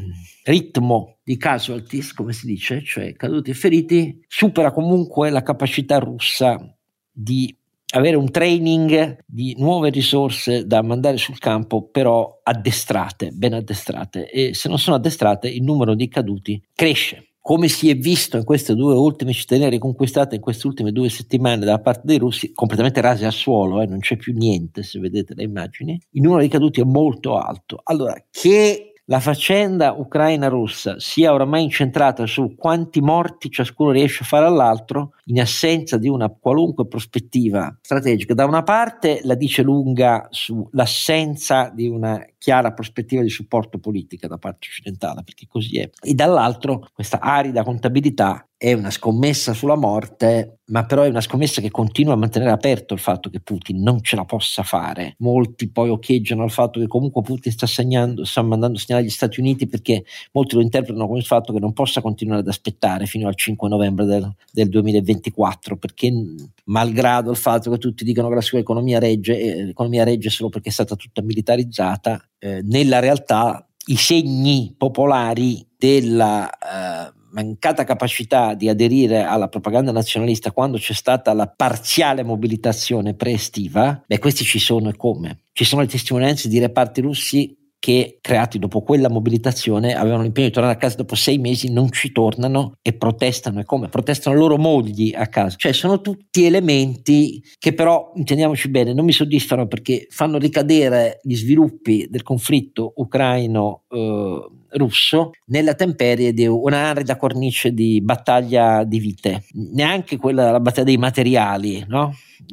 ritmo di casualties, come si dice, cioè caduti e feriti, supera comunque la capacità russa di avere un training di nuove risorse da mandare sul campo, però addestrate, ben addestrate, e se non sono addestrate il numero di caduti cresce, come si è visto in queste due ultime cittadine riconquistate in queste ultime due settimane da parte dei russi, completamente rase al suolo, eh, non c'è più niente, se vedete le immagini, il numero di caduti è molto alto. Allora, che la faccenda ucraina-russa sia oramai incentrata su quanti morti ciascuno riesce a fare all'altro, in assenza di una qualunque prospettiva strategica, da una parte la dice lunga sull'assenza di una chiara prospettiva di supporto politica da parte occidentale, perché così è, e dall'altro questa arida contabilità è una scommessa sulla morte, ma però è una scommessa che continua a mantenere aperto il fatto che Putin non ce la possa fare. Molti poi occhieggiano al fatto che comunque Putin sta segnando, sta mandando segnali agli Stati Uniti, perché molti lo interpretano come il fatto che non possa continuare ad aspettare fino al cinque novembre del, del duemilaventiquattro, perché malgrado il fatto che tutti dicono che la sua economia regge, eh, l'economia regge solo perché è stata tutta militarizzata, eh, nella realtà i segni popolari della eh, mancata capacità di aderire alla propaganda nazionalista quando c'è stata la parziale mobilitazione pre-estiva, beh, questi ci sono, e come? Ci sono le testimonianze di reparti russi che, creati dopo quella mobilitazione, avevano l'impegno di tornare a casa dopo sei mesi, non ci tornano e protestano. E come? Protestano loro mogli a casa. Cioè sono tutti elementi che però, intendiamoci bene, non mi soddisfano, perché fanno ricadere gli sviluppi del conflitto ucraino eh, russo nella temperie di una arida cornice di battaglia di vite, neanche quella la battaglia dei materiali, no?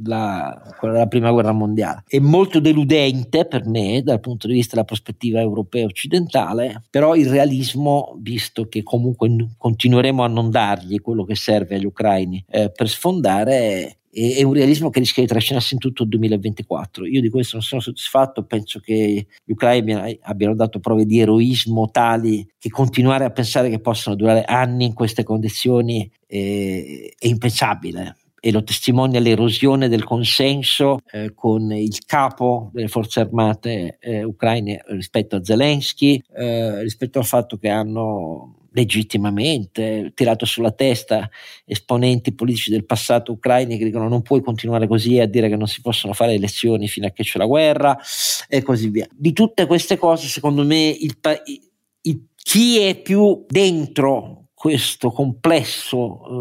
La, quella della prima guerra mondiale. È molto deludente per me dal punto di vista della prospettiva europea occidentale, però il realismo, visto che comunque continueremo a non dargli quello che serve agli ucraini eh, per sfondare, è, è un realismo che rischia di trascinarsi in tutto il duemilaventiquattro. Io di questo non sono soddisfatto, penso che gli ucraini abbiano dato prove di eroismo tali che continuare a pensare che possano durare anni in queste condizioni è, è impensabile. E lo testimonia l'erosione del consenso eh, con il capo delle forze armate eh, ucraine rispetto a Zelensky, eh, rispetto al fatto che hanno legittimamente tirato sulla testa esponenti politici del passato ucraini che dicono non puoi continuare così a dire che non si possono fare elezioni fino a che c'è la guerra e così via. Di tutte queste cose, secondo me, il, il, chi è più dentro questo complesso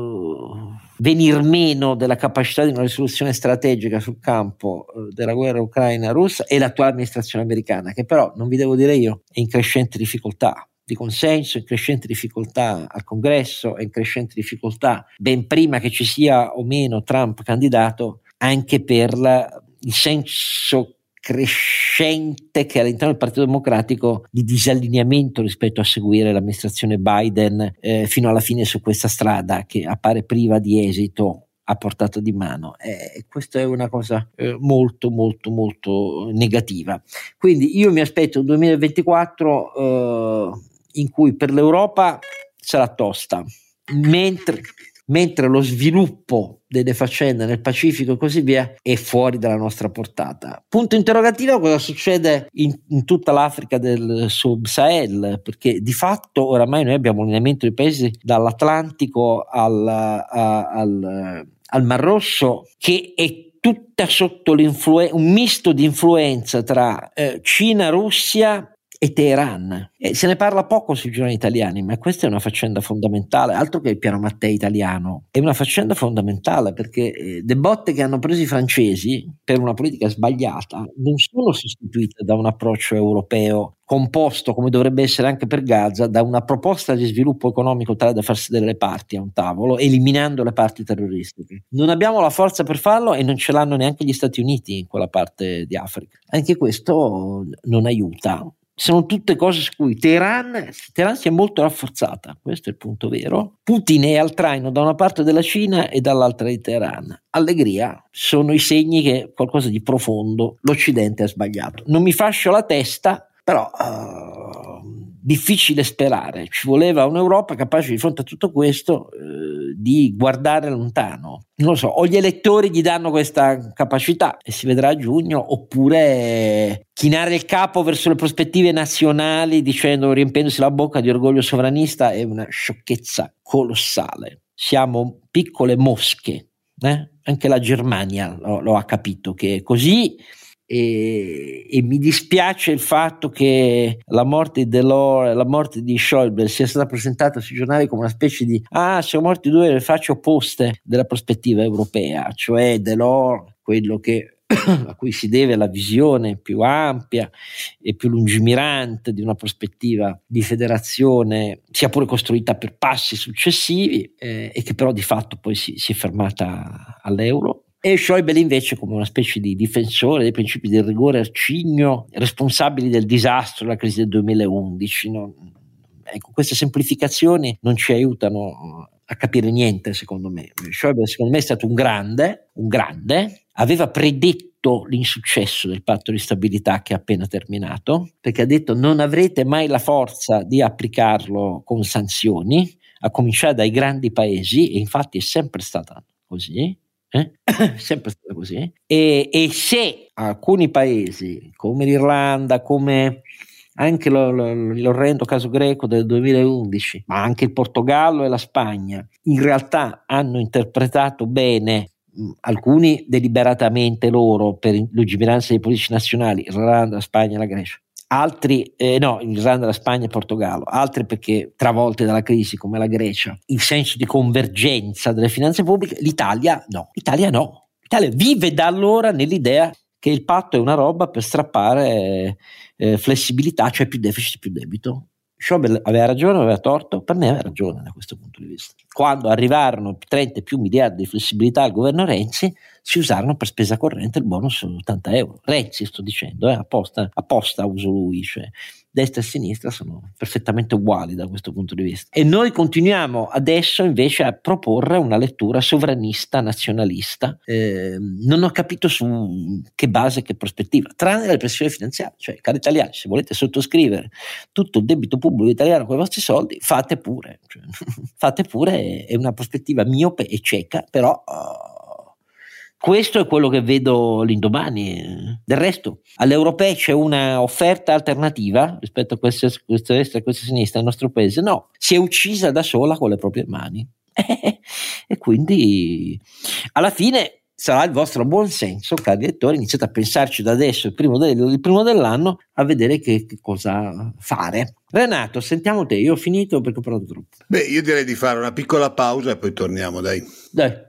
uh, venir meno della capacità di una risoluzione strategica sul campo uh, della guerra ucraina-russa è l'attuale amministrazione americana, che però, non vi devo dire io, è in crescente difficoltà di consenso, in crescente difficoltà al Congresso, è in crescente difficoltà ben prima che ci sia o meno Trump candidato, anche per la, il senso crescente che all'interno del Partito Democratico di disallineamento rispetto a seguire l'amministrazione Biden eh, fino alla fine su questa strada che appare priva di esito a portata di mano. Eh, questa è una cosa eh, molto molto molto negativa. Quindi io mi aspetto un duemilaventiquattro eh, in cui per l'Europa sarà tosta, mentre, mentre lo sviluppo delle faccende nel Pacifico e così via è fuori dalla nostra portata. Punto interrogativo: cosa succede in, in tutta l'Africa del Sub-Sahel, perché di fatto oramai noi abbiamo un elemento di paesi dall'Atlantico al, a, al, al Mar Rosso che è tutta sotto l'influenza, un misto di influenza tra eh, Cina, Russia e Teheran. E se ne parla poco sui giornali italiani, ma questa è una faccenda fondamentale, altro che il piano Mattei italiano. È una faccenda fondamentale, perché eh, le botte che hanno preso i francesi per una politica sbagliata non sono sostituite da un approccio europeo composto, come dovrebbe essere anche per Gaza, da una proposta di sviluppo economico tale da far sedere le parti a un tavolo, eliminando le parti terroristiche. Non abbiamo la forza per farlo e non ce l'hanno neanche gli Stati Uniti in quella parte di Africa. Anche questo non aiuta. Sono tutte cose su cui Teheran, Teheran si è molto rafforzata, questo è il punto vero. Putin è al traino da una parte della Cina e dall'altra di Teheran. Allegria, sono i segni che qualcosa di profondo l'Occidente ha sbagliato. Non mi fascio la testa, però uh, difficile sperare. Ci voleva un'Europa capace di fronte a tutto questo uh, di guardare lontano. Non lo so, o gli elettori gli danno questa capacità e si vedrà a giugno, oppure chinare il capo verso le prospettive nazionali dicendo, riempiendosi la bocca di orgoglio sovranista, è una sciocchezza colossale. Siamo piccole mosche, eh? Anche la Germania lo, lo ha capito che è così. E, e mi dispiace il fatto che la morte di Delors, la morte di Schäuble sia stata presentata sui giornali come una specie di ah, sono morti due delle facce opposte della prospettiva europea, cioè Delors, quello che a cui si deve la visione più ampia e più lungimirante di una prospettiva di federazione, sia pure costruita per passi successivi, eh, e che però di fatto poi si, si è fermata all'euro. E Schäuble invece come una specie di difensore dei principi del rigore arcigno, responsabili del disastro della crisi del duemilaundici. No? Ecco, queste semplificazioni non ci aiutano a capire niente, secondo me. Schäuble secondo me è stato un grande, un grande, aveva predetto l'insuccesso del patto di stabilità che ha appena terminato, perché ha detto non avrete mai la forza di applicarlo con sanzioni, a cominciare dai grandi paesi, e infatti è sempre stata così. Eh? Sempre stato così, e, e se alcuni paesi come l'Irlanda, come anche lo, lo, l'orrendo caso greco del duemilaundici, ma anche il Portogallo e la Spagna, in realtà hanno interpretato bene, mh, alcuni deliberatamente loro per lungimiranza dei politici nazionali, l'Irlanda, la Spagna e la Grecia, altri eh, no, l'Irlanda, la Spagna e il Portogallo, altri perché travolte dalla crisi come la Grecia, il senso di convergenza delle finanze pubbliche. L'Italia no, l'Italia no, l'Italia vive da allora nell'idea che il patto è una roba per strappare eh, flessibilità, cioè più deficit, più debito. Schäuble aveva ragione, aveva torto? Per me aveva ragione da questo punto di vista. Quando arrivarono trenta più miliardi di flessibilità al governo Renzi, si usarono per spesa corrente il bonus ottanta euro. Renzi, sto dicendo, eh, apposta, apposta uso lui, cioè destra e sinistra sono perfettamente uguali da questo punto di vista. E noi continuiamo adesso invece a proporre una lettura sovranista, nazionalista. Eh, non ho capito su che base, che prospettiva, tranne la pressione finanziaria. Cioè, cari italiani, se volete sottoscrivere tutto il debito pubblico italiano con i vostri soldi, fate pure. Cioè, fate pure, è una prospettiva miope e cieca, però... Uh, questo è quello che vedo l'indomani. Del resto, alle europee c'è una offerta alternativa rispetto a questa, questa destra e questa sinistra nel nostro paese? No, si è uccisa da sola con le proprie mani. E quindi, alla fine, sarà il vostro buon senso, cari lettori, iniziate a pensarci da adesso, il primo, del, il primo dell'anno, a vedere che, che cosa fare. Renato, sentiamo te, io ho finito perché ho parlato troppo. Beh, io direi di fare una piccola pausa e poi torniamo, dai. Dai.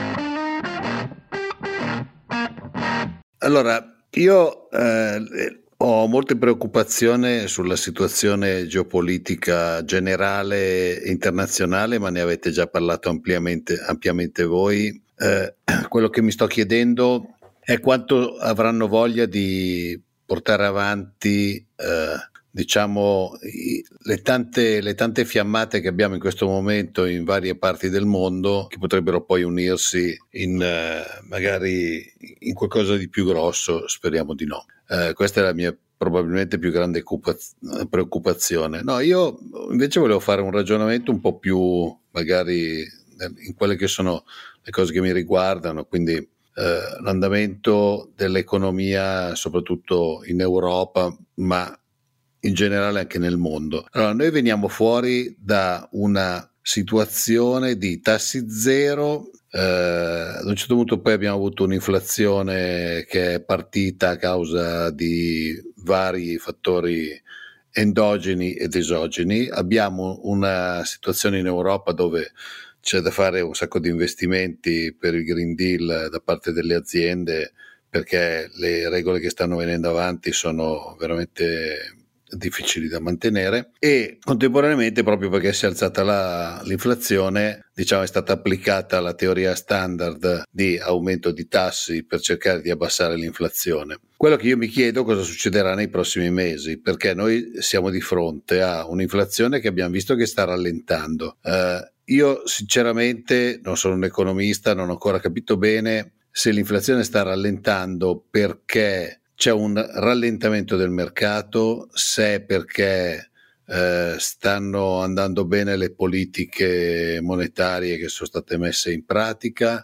Allora, io eh, ho molte preoccupazioni sulla situazione geopolitica generale internazionale, ma ne avete già parlato ampiamente, ampiamente voi. Eh, quello che mi sto chiedendo è quanto avranno voglia di portare avanti eh, diciamo i, le tante le tante fiammate che abbiamo in questo momento in varie parti del mondo, che potrebbero poi unirsi in eh, magari in qualcosa di più grosso. Speriamo di no. Eh, questa è la mia probabilmente più grande preoccupazione. No, io invece volevo fare un ragionamento un po' più magari in quelle che sono le cose che mi riguardano, quindi eh, l'andamento dell'economia soprattutto in Europa, ma in generale anche nel mondo. Allora, noi veniamo fuori da una situazione di tassi zero. Eh, ad un certo punto poi abbiamo avuto un'inflazione che è partita a causa di vari fattori endogeni ed esogeni. Abbiamo una situazione in Europa dove c'è da fare un sacco di investimenti per il Green Deal da parte delle aziende, perché le regole che stanno venendo avanti sono veramente difficili da mantenere, e contemporaneamente, proprio perché si è alzata la, l'inflazione, diciamo, è stata applicata la teoria standard di aumento di tassi per cercare di abbassare l'inflazione. Quello che io mi chiedo cosa succederà nei prossimi mesi, perché noi siamo di fronte a un'inflazione che abbiamo visto che sta rallentando. Eh, io sinceramente non sono un economista, non ho ancora capito bene se l'inflazione sta rallentando perché c'è un rallentamento del mercato, se è perché eh, stanno andando bene le politiche monetarie che sono state messe in pratica,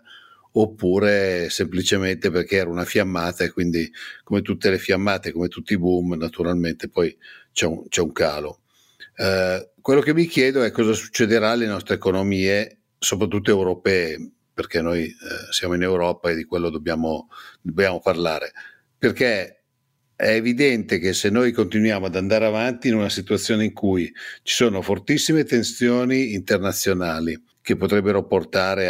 oppure semplicemente perché era una fiammata e quindi, come tutte le fiammate, come tutti i boom, naturalmente poi c'è un, c'è un calo. Eh, quello che mi chiedo è cosa succederà alle nostre economie, soprattutto europee, perché noi eh, siamo in Europa e di quello dobbiamo, dobbiamo parlare. Perché è evidente che se noi continuiamo ad andare avanti in una situazione in cui ci sono fortissime tensioni internazionali che potrebbero portare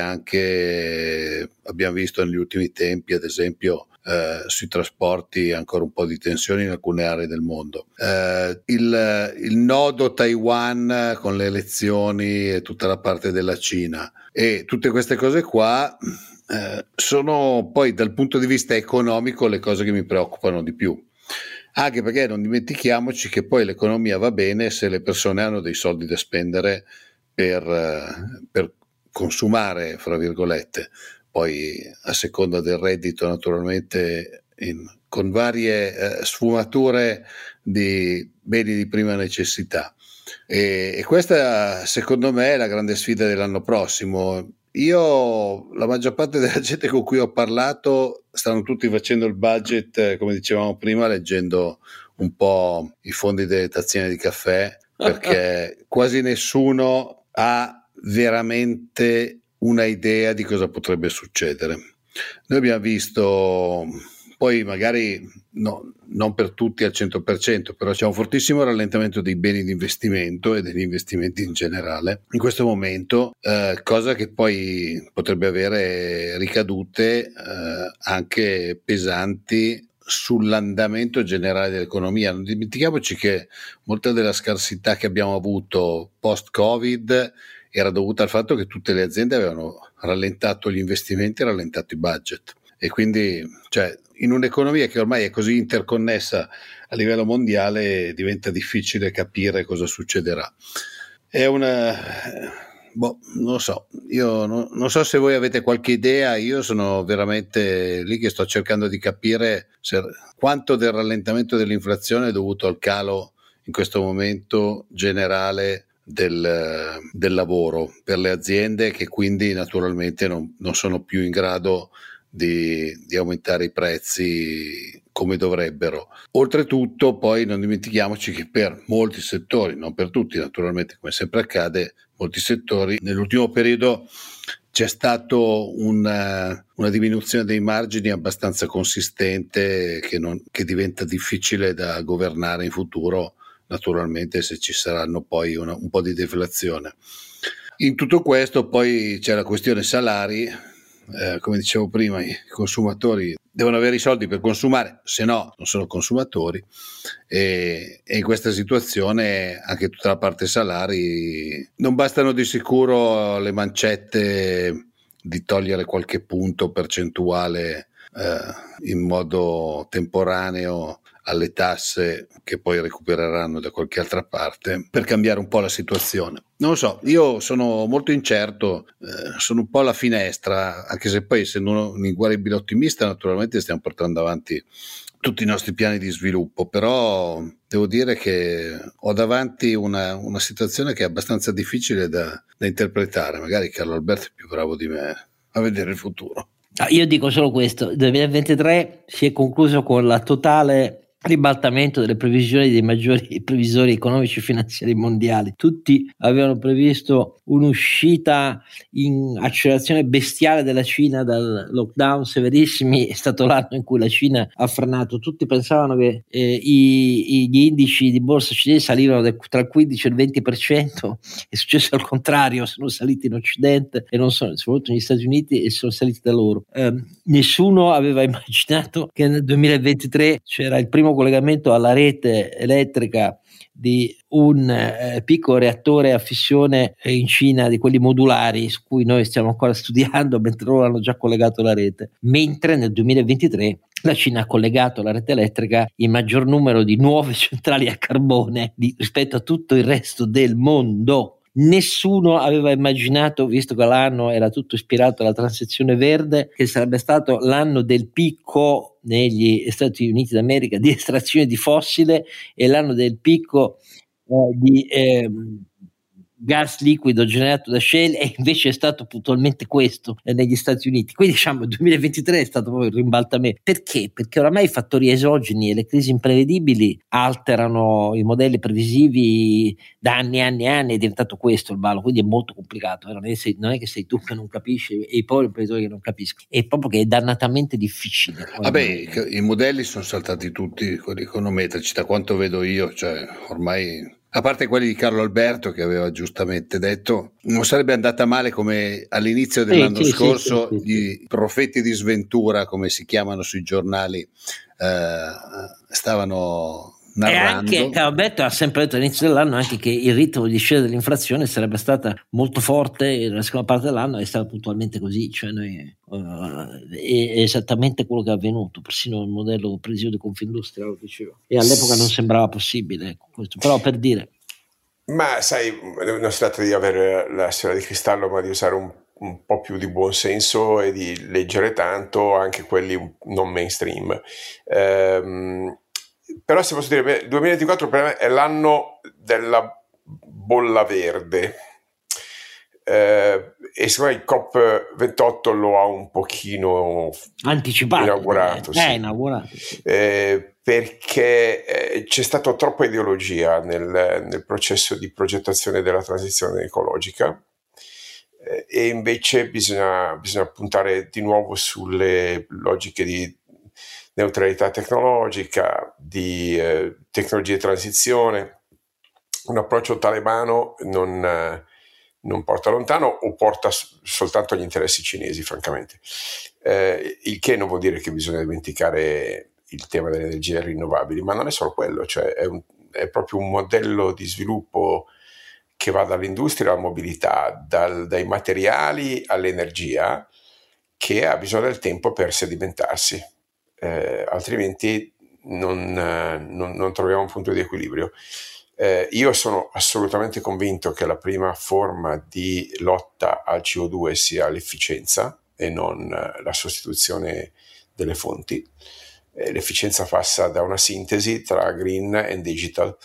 anche, abbiamo visto negli ultimi tempi, ad esempio eh, sui trasporti, ancora un po' di tensioni in alcune aree del mondo. Eh, il, il nodo Taiwan con le elezioni e tutta la parte della Cina e tutte queste cose qua Eh, sono poi dal punto di vista economico le cose che mi preoccupano di più, anche perché non dimentichiamoci che poi l'economia va bene se le persone hanno dei soldi da spendere per, per consumare, fra virgolette, poi a seconda del reddito naturalmente in, con varie eh, sfumature di beni di prima necessità, e, e questa secondo me è la grande sfida dell'anno prossimo. Io, la maggior parte della gente con cui ho parlato stanno tutti facendo il budget, come dicevamo prima, leggendo un po' i fondi delle tazzine di caffè, perché quasi nessuno ha veramente una idea di cosa potrebbe succedere. Noi abbiamo visto, poi magari no, non per tutti al cento per cento, però c'è un fortissimo rallentamento dei beni di investimento e degli investimenti in generale in questo momento, eh, cosa che poi potrebbe avere ricadute eh, anche pesanti sull'andamento generale dell'economia. Non dimentichiamoci che molta della scarsità che abbiamo avuto post-Covid era dovuta al fatto che tutte le aziende avevano rallentato gli investimenti e rallentato i budget. E quindi, cioè, in un'economia che ormai è così interconnessa a livello mondiale, diventa difficile capire cosa succederà. È una, boh, non lo so, io non, non so se voi avete qualche idea. Io sono veramente lì che sto cercando di capire se, quanto del rallentamento dell'inflazione è dovuto al calo in questo momento generale del, del lavoro per le aziende, che quindi naturalmente non, non sono più in grado Di, di aumentare i prezzi come dovrebbero. Oltretutto poi non dimentichiamoci che per molti settori, non per tutti naturalmente, come sempre accade, molti settori nell'ultimo periodo c'è stato una, una diminuzione dei margini abbastanza consistente che, non, che diventa difficile da governare in futuro, naturalmente, se ci saranno poi una, un po' di deflazione. In tutto questo poi c'è la questione salari. Eh, come dicevo prima, i consumatori devono avere i soldi per consumare, se no non sono consumatori, e, e in questa situazione anche tutta la parte salari non bastano di sicuro le mancette di togliere qualche punto percentuale eh, in modo temporaneo alle tasse che poi recupereranno da qualche altra parte per cambiare un po' la situazione. Non lo so, io sono molto incerto, eh, sono un po' alla finestra, anche se poi essendo un inguaribile ottimista naturalmente stiamo portando avanti tutti i nostri piani di sviluppo, però devo dire che ho davanti una, una situazione che è abbastanza difficile da, da interpretare. Magari Carlo Alberto è più bravo di me a vedere il futuro. Ah, io dico solo questo: il duemilaventitré si è concluso con la totale ribaltamento delle previsioni dei maggiori previsori economici e finanziari mondiali. Tutti avevano previsto un'uscita in accelerazione bestiale della Cina dal lockdown severissimi. È stato l'anno in cui la Cina ha frenato. Tutti pensavano che eh, i, gli indici di borsa cinesi salivano del, tra il quindici e il venti per cento. È successo al contrario, sono saliti in Occidente e non sono, soprattutto negli Stati Uniti, e sono saliti da loro. Eh, nessuno aveva immaginato che nel duemilaventitré c'era il primo collegamento alla rete elettrica di un eh, piccolo reattore a fissione in Cina, di quelli modulari su cui noi stiamo ancora studiando, mentre loro hanno già collegato la rete, mentre nel duemilaventitré la Cina ha collegato alla rete elettrica il maggior numero di nuove centrali a carbone di, rispetto a tutto il resto del mondo. Nessuno aveva immaginato, visto che l'anno era tutto ispirato alla transizione verde, che sarebbe stato l'anno del picco negli Stati Uniti d'America di estrazione di fossile e l'anno del picco eh, di eh, gas liquido generato da shale, e invece è stato puntualmente questo eh, negli Stati Uniti. Quindi diciamo il duemilaventitré è stato proprio il rimbaltamento. Perché? Perché oramai i fattori esogeni e le crisi imprevedibili alterano i modelli previsivi da anni e anni e anni. È diventato questo il ballo, quindi è molto complicato. Non è, sei, non è che sei tu che non capisci e i poveri imprenditori che non capiscono, è proprio che è dannatamente difficile. Vabbè, i modelli sono saltati tutti, quelli econometrici, da quanto vedo io, cioè ormai, a parte quelli di Carlo Alberto che aveva giustamente detto non sarebbe andata male come all'inizio dell'anno sì, scorso sì, sì, sì, gli sì. profeti di sventura, come si chiamano sui giornali, eh, stavano narrando. E anche Alberto ha sempre detto all'inizio dell'anno anche che il ritmo di scesa dell'inflazione sarebbe stata molto forte nella seconda parte dell'anno, è stato puntualmente così, cioè noi, uh, è, è esattamente quello che è avvenuto. Persino il modello previsivo di Confindustria lo diceva, e all'epoca non sembrava possibile, ecco, questo. Però per dire, ma sai, non si tratta di avere la sfera di cristallo, ma di usare un, un po' più di buonsenso e di leggere tanto anche quelli non mainstream. Ehm, però se posso dire, beh, duemilaventiquattro per me è l'anno della bolla verde, eh, e secondo me il COP ventotto lo ha un pochino anticipato, inaugurato, eh, sì. inaugurato sì. Eh, perché eh, c'è stata troppa ideologia nel, nel processo di progettazione della transizione ecologica, eh, e invece bisogna, bisogna puntare di nuovo sulle logiche di neutralità tecnologica, di eh, tecnologie di transizione. Un approccio talebano non, eh, non porta lontano, o porta s- soltanto agli interessi cinesi, francamente. Eh, il che non vuol dire che bisogna dimenticare il tema delle energie rinnovabili, ma non è solo quello, cioè è, un, è proprio un modello di sviluppo che va dall'industria alla mobilità, dal, dai materiali all'energia, che ha bisogno del tempo per sedimentarsi. Eh, altrimenti non, eh, non, non troviamo un punto di equilibrio. Eh, io sono assolutamente convinto che la prima forma di lotta al C O due sia l'efficienza e non eh, la sostituzione delle fonti. Eh, l'efficienza passa da una sintesi tra green e digital,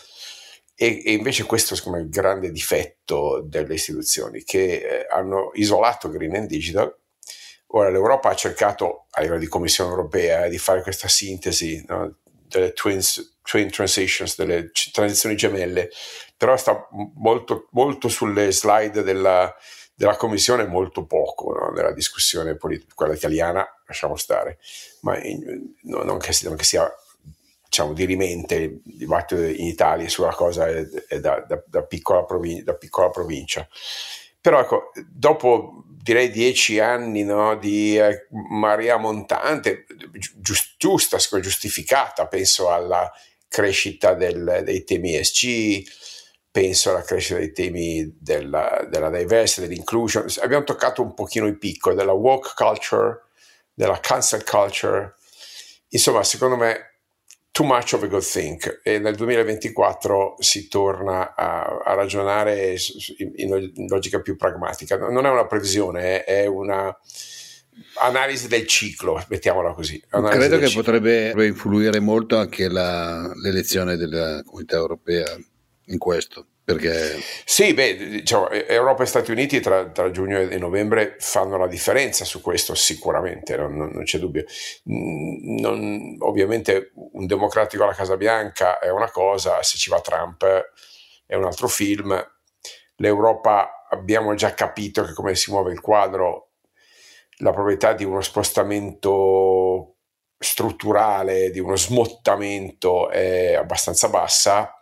e, e invece questo secondo me è il grande difetto delle istituzioni, che eh, hanno isolato green and digital. Ora l'Europa ha cercato a livello di Commissione europea di fare questa sintesi, no, delle twins, twin transitions, delle transizioni gemelle, però sta molto, molto sulle slide della, della Commissione, molto poco, no, nella discussione politica. Quella italiana lasciamo stare, ma in, no, non, che, non che sia, diciamo, dirimente il dibattito in Italia sulla cosa è, è da, da, da, piccola provin- da piccola provincia. Però ecco, dopo direi dieci anni, no, di eh, marea montante, giust, giusta, giustificata, penso alla crescita del, dei temi E S G, penso alla crescita dei temi della, della diversity, dell'inclusion. Abbiamo toccato un pochino il picco della woke culture, della cancel culture. Insomma, secondo me too much of a good thing, e nel duemilaventiquattro si torna a, a ragionare in, in logica più pragmatica. Non è una previsione, è una, analisi del ciclo, mettiamola così. Analisi Credo che ciclo. potrebbe influire molto anche la, l'elezione della Comunità Europea in questo, perché sì, beh, diciamo, Europa e Stati Uniti tra, tra giugno e novembre fanno la differenza su questo sicuramente, non, non, non c'è dubbio. Non, ovviamente un democratico alla Casa Bianca è una cosa, se ci va Trump è un altro film. L'Europa abbiamo già capito che come si muove il quadro, la probabilità di uno spostamento strutturale, di uno smottamento è abbastanza bassa.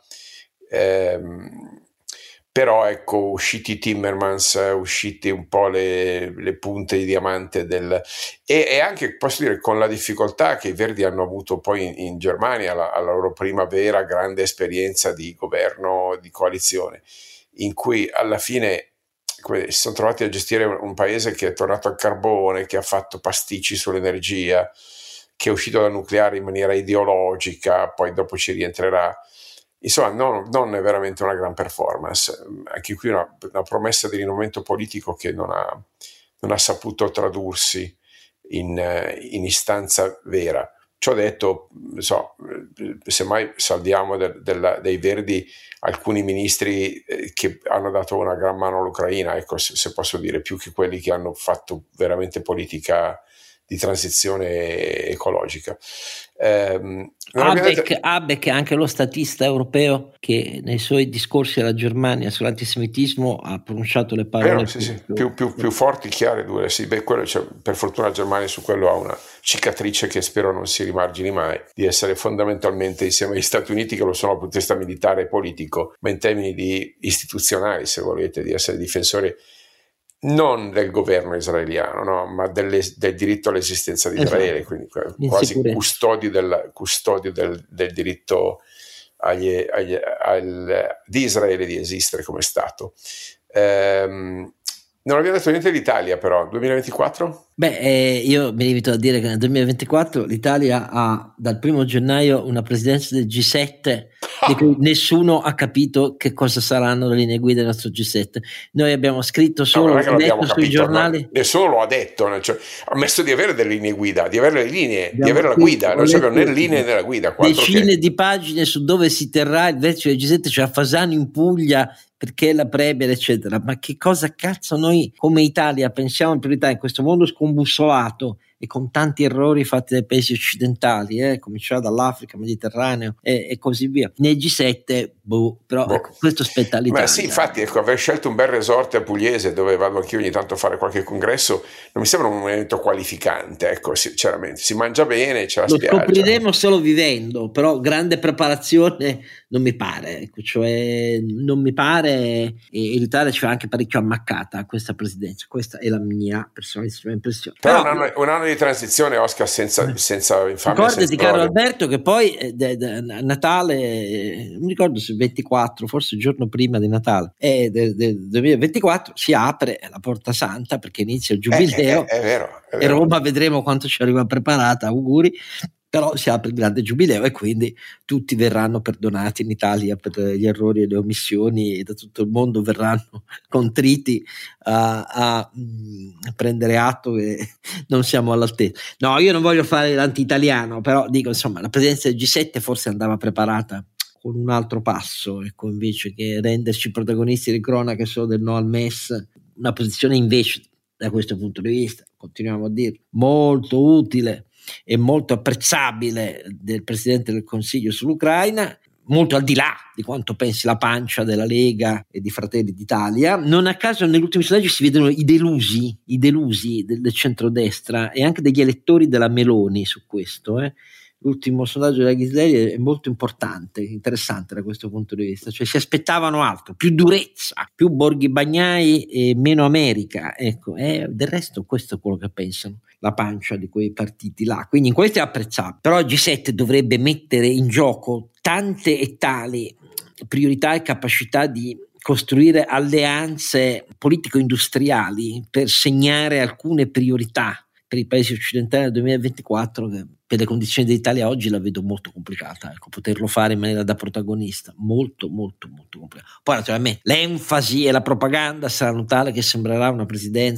Ehm, però ecco, usciti Timmermans, usciti un po' le, le punte di diamante del e, e anche posso dire con la difficoltà che i Verdi hanno avuto poi in, in Germania, alla, alla loro prima vera grande esperienza di governo di coalizione, in cui alla fine si sono trovati a gestire un paese che è tornato al carbone, che ha fatto pasticci sull'energia, che è uscito dal nucleare in maniera ideologica, poi dopo ci rientrerà. Insomma, non, non è veramente una gran performance. Anche qui una, una promessa di rinnovamento politico che non ha, non ha saputo tradursi in, in istanza vera. Ciò detto, so, semmai salviamo del, del, dei Verdi alcuni ministri che hanno dato una gran mano all'Ucraina, ecco, se, se posso dire, più che quelli che hanno fatto veramente politica di transizione ecologica. Um, Habeck, Habeck è anche lo statista europeo che nei suoi discorsi alla Germania sull'antisemitismo ha pronunciato le parole Vero, sì, sì. Più, più, più forti, chiare, dure. Sì, beh, quello, cioè, per fortuna la Germania su quello ha una cicatrice che spero non si rimargini mai, di essere fondamentalmente insieme agli Stati Uniti, che lo sono dal punto di vista militare e politico, ma in termini di istituzionali, se volete, di essere difensori non del governo israeliano, no, ma delle, del diritto all'esistenza di Israele, esatto. Quindi quasi custodi, del, custodi del, del diritto agli, agli, al, di Israele di esistere come Stato. Ehm, non abbiamo detto niente dell'Italia, però duemilaventiquattro? Beh, eh, io mi limito a dire che nel duemilaventiquattro l'Italia ha dal primo gennaio una presidenza del G sette di cui nessuno ha capito che cosa saranno le linee guida del nostro G sette. Noi abbiamo scritto solo, no, letto sui capito, giornali. No, nessuno lo ha detto, cioè, ha ammesso di avere delle linee guida, di avere le linee, abbiamo di avere la guida, non c'erano né linee né la guida. Decine che... di pagine su dove si terrà il vertice del G sette, cioè a Fasano in Puglia, perché la Premier, eccetera. Ma che cosa cazzo noi come Italia pensiamo in priorità in questo mondo scombussolato e con tanti errori fatti dai paesi occidentali, eh, cominciare dall'Africa, Mediterraneo e, e così via. Nel G sette, boh, però boh. Ecco, questo spetta all'Italia. Ma sì, infatti, ecco, aver scelto un bel resort a Pugliese, dove vado anch'io ogni tanto a fare qualche congresso, non mi sembra un momento qualificante, ecco, sinceramente. Si mangia bene, c'è la Lo spiaggia. Lo scopriremo solo vivendo, però grande preparazione non mi pare, ecco, cioè non mi pare, e, e l'Italia ci fa anche parecchio ammaccata a questa presidenza. Questa è la mia personalissima impressione. Però, però un, anno, un anno di transizione, Oscar, senza, senza infamia. Ricordati, caro Alberto, che poi eh, de, de, Natale, eh, non ricordo se ventiquattro, forse il giorno prima di Natale, e del de, duemilaventiquattro si apre la Porta Santa perché inizia il Giubileo. È, è, è vero, è e vero. Roma vedremo quanto ci arriva preparata, auguri. Però si apre il grande Giubileo e quindi tutti verranno perdonati in Italia per gli errori e le omissioni, e da tutto il mondo verranno contriti a, a, a prendere atto che non siamo all'altezza. No, io non voglio fare l'anti-italiano, però dico, insomma, la presidenza del G sette forse andava preparata con un altro passo, ecco, invece che renderci protagonisti di cronache solo del no al M E S, una posizione invece da questo punto di vista, continuiamo a dire, molto utile e molto apprezzabile del Presidente del Consiglio sull'Ucraina, molto al di là di quanto pensi la pancia della Lega e di Fratelli d'Italia. Non a caso negli ultimi sondaggi si vedono i delusi, i delusi del, del centrodestra e anche degli elettori della Meloni su questo. Eh. L'ultimo sondaggio della Ghisleri è molto importante, interessante da questo punto di vista, cioè si aspettavano altro, più durezza, più Borghi Bagnai e meno America, ecco, e del resto questo è quello che pensano la pancia di quei partiti là, quindi in questo è apprezzato. Però il G sette dovrebbe mettere in gioco tante e tali priorità e capacità di costruire alleanze politico-industriali per segnare alcune priorità per i paesi occidentali nel duemilaventiquattro, che per le condizioni dell'Italia oggi la vedo molto complicata, ecco, poterlo fare in maniera da protagonista, molto molto molto complicato. Poi naturalmente l'enfasi e la propaganda saranno tale che sembrerà una presidenza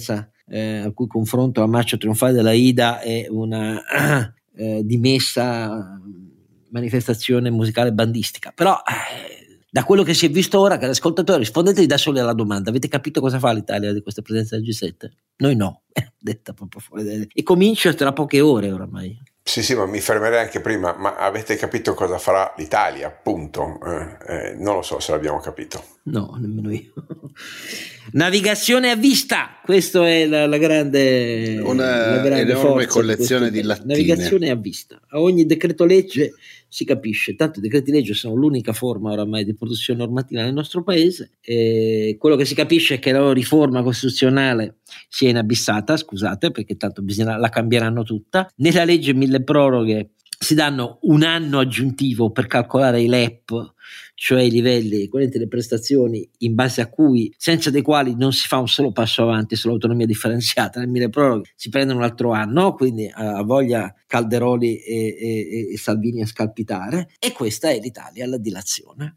eh, al cui confronto la marcia trionfale della Ida è una eh, dimessa manifestazione musicale bandistica. Però eh, da quello che si è visto ora, che l'ascoltatore, rispondetevi da soli alla domanda: avete capito cosa fa l'Italia di questa presenza del G sette? Noi no, detta proprio fuori dalle... e comincia tra poche ore oramai. Sì, sì, ma mi fermerei anche prima. Ma avete capito cosa farà l'Italia? Appunto, eh, eh, non lo so se l'abbiamo capito. No, nemmeno io. Navigazione a vista, questa è la, la grande, una la grande enorme forza collezione di, di lattine. Navigazione a vista. A ogni decreto legge si capisce, tanto i decreti legge sono l'unica forma oramai di produzione normativa nel nostro paese, e quello che si capisce è che la loro riforma costituzionale sia inabissata, scusate, perché tanto bisogna, la cambieranno tutta. Nella legge mille proroghe si danno un anno aggiuntivo per calcolare i L E P, cioè i livelli equivalenti delle prestazioni, in base a cui, senza dei quali non si fa un solo passo avanti sull'autonomia differenziata. Nel mille proroghe si prendono un altro anno, quindi a voglia Calderoli e, e, e Salvini a scalpitare, e questa è l'Italia, la dilazione.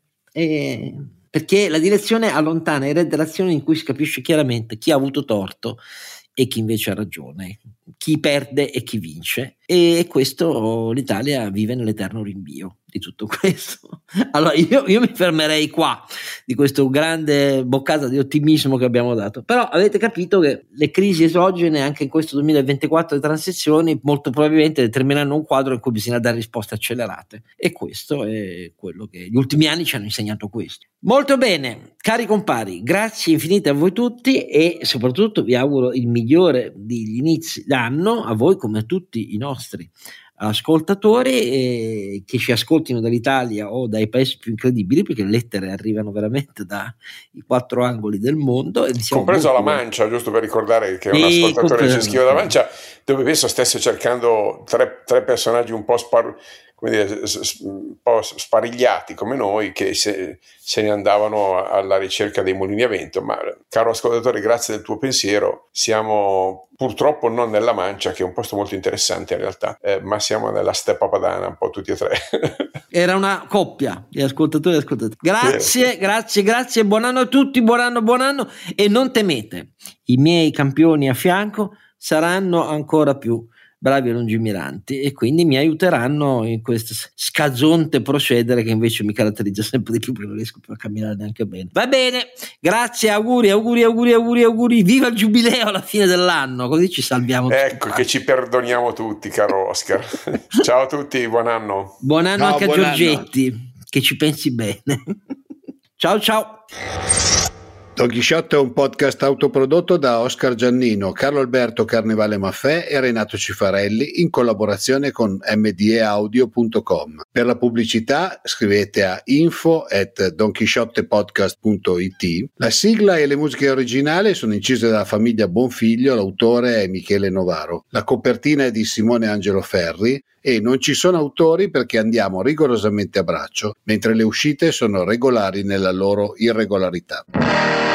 E perché la dilazione allontana e rende l'azione in cui si capisce chiaramente chi ha avuto torto e chi invece ha ragione, chi perde e chi vince, e questo l'Italia vive nell'eterno rinvio di tutto questo. Allora io, io mi fermerei qua di questo grande boccata di ottimismo che abbiamo dato, però avete capito che le crisi esogene anche in questo duemilaventiquattro, le transizioni molto probabilmente determineranno un quadro in cui bisogna dare risposte accelerate, e questo è quello che gli ultimi anni ci hanno insegnato. Questo molto bene, cari compari, grazie infinite a voi tutti, e soprattutto vi auguro il migliore degli inizi d'anno a voi come a tutti i nostri ascoltatori, eh, che ci ascoltino dall'Italia o dai paesi più incredibili, perché le lettere arrivano veramente dai quattro angoli del mondo, e compreso la Mancia, giusto per ricordare che un ascoltatore ci scrive da Mancia, dove penso stesse cercando tre, tre personaggi un po' spar- come dire, un po' sparigliati come noi, che se, se ne andavano alla ricerca dei mulini a vento. Ma caro ascoltatore, grazie del tuo pensiero, siamo purtroppo non nella Mancia, che è un posto molto interessante in realtà, eh, ma siamo nella steppa padana, un po' tutti e tre. Era una coppia di ascoltatori e ascoltatori. Grazie, sì. grazie, grazie, buon anno a tutti, buon anno, buon anno, e non temete, i miei campioni a fianco saranno ancora più bravi e lungimiranti, e quindi mi aiuteranno in questo scagionte procedere che invece mi caratterizza sempre di più, perché non riesco più a camminare neanche bene. Va bene, grazie, auguri, auguri, auguri, auguri, auguri, viva il giubileo alla fine dell'anno, così ci salviamo tutti. Ecco, che ci perdoniamo tutti, caro Oscar. Ciao a tutti, buon anno. Buon anno ciao, anche buon a Giorgetti, anno. Che ci pensi bene. Ciao ciao. Don Chisciotte è un podcast autoprodotto da Oscar Giannino, Carlo Alberto Carnevale Maffè e Renato Cifarelli, in collaborazione con m d e audio punto com. Per la pubblicità scrivete a info at donchisciottepodcast punto it. La sigla e le musiche originali sono incise dalla famiglia Bonfiglio, l'autore è Michele Novaro. La copertina è di Simone Angelo Ferri e non ci sono autori perché andiamo rigorosamente a braccio, mentre le uscite sono regolari nella loro irregolarità.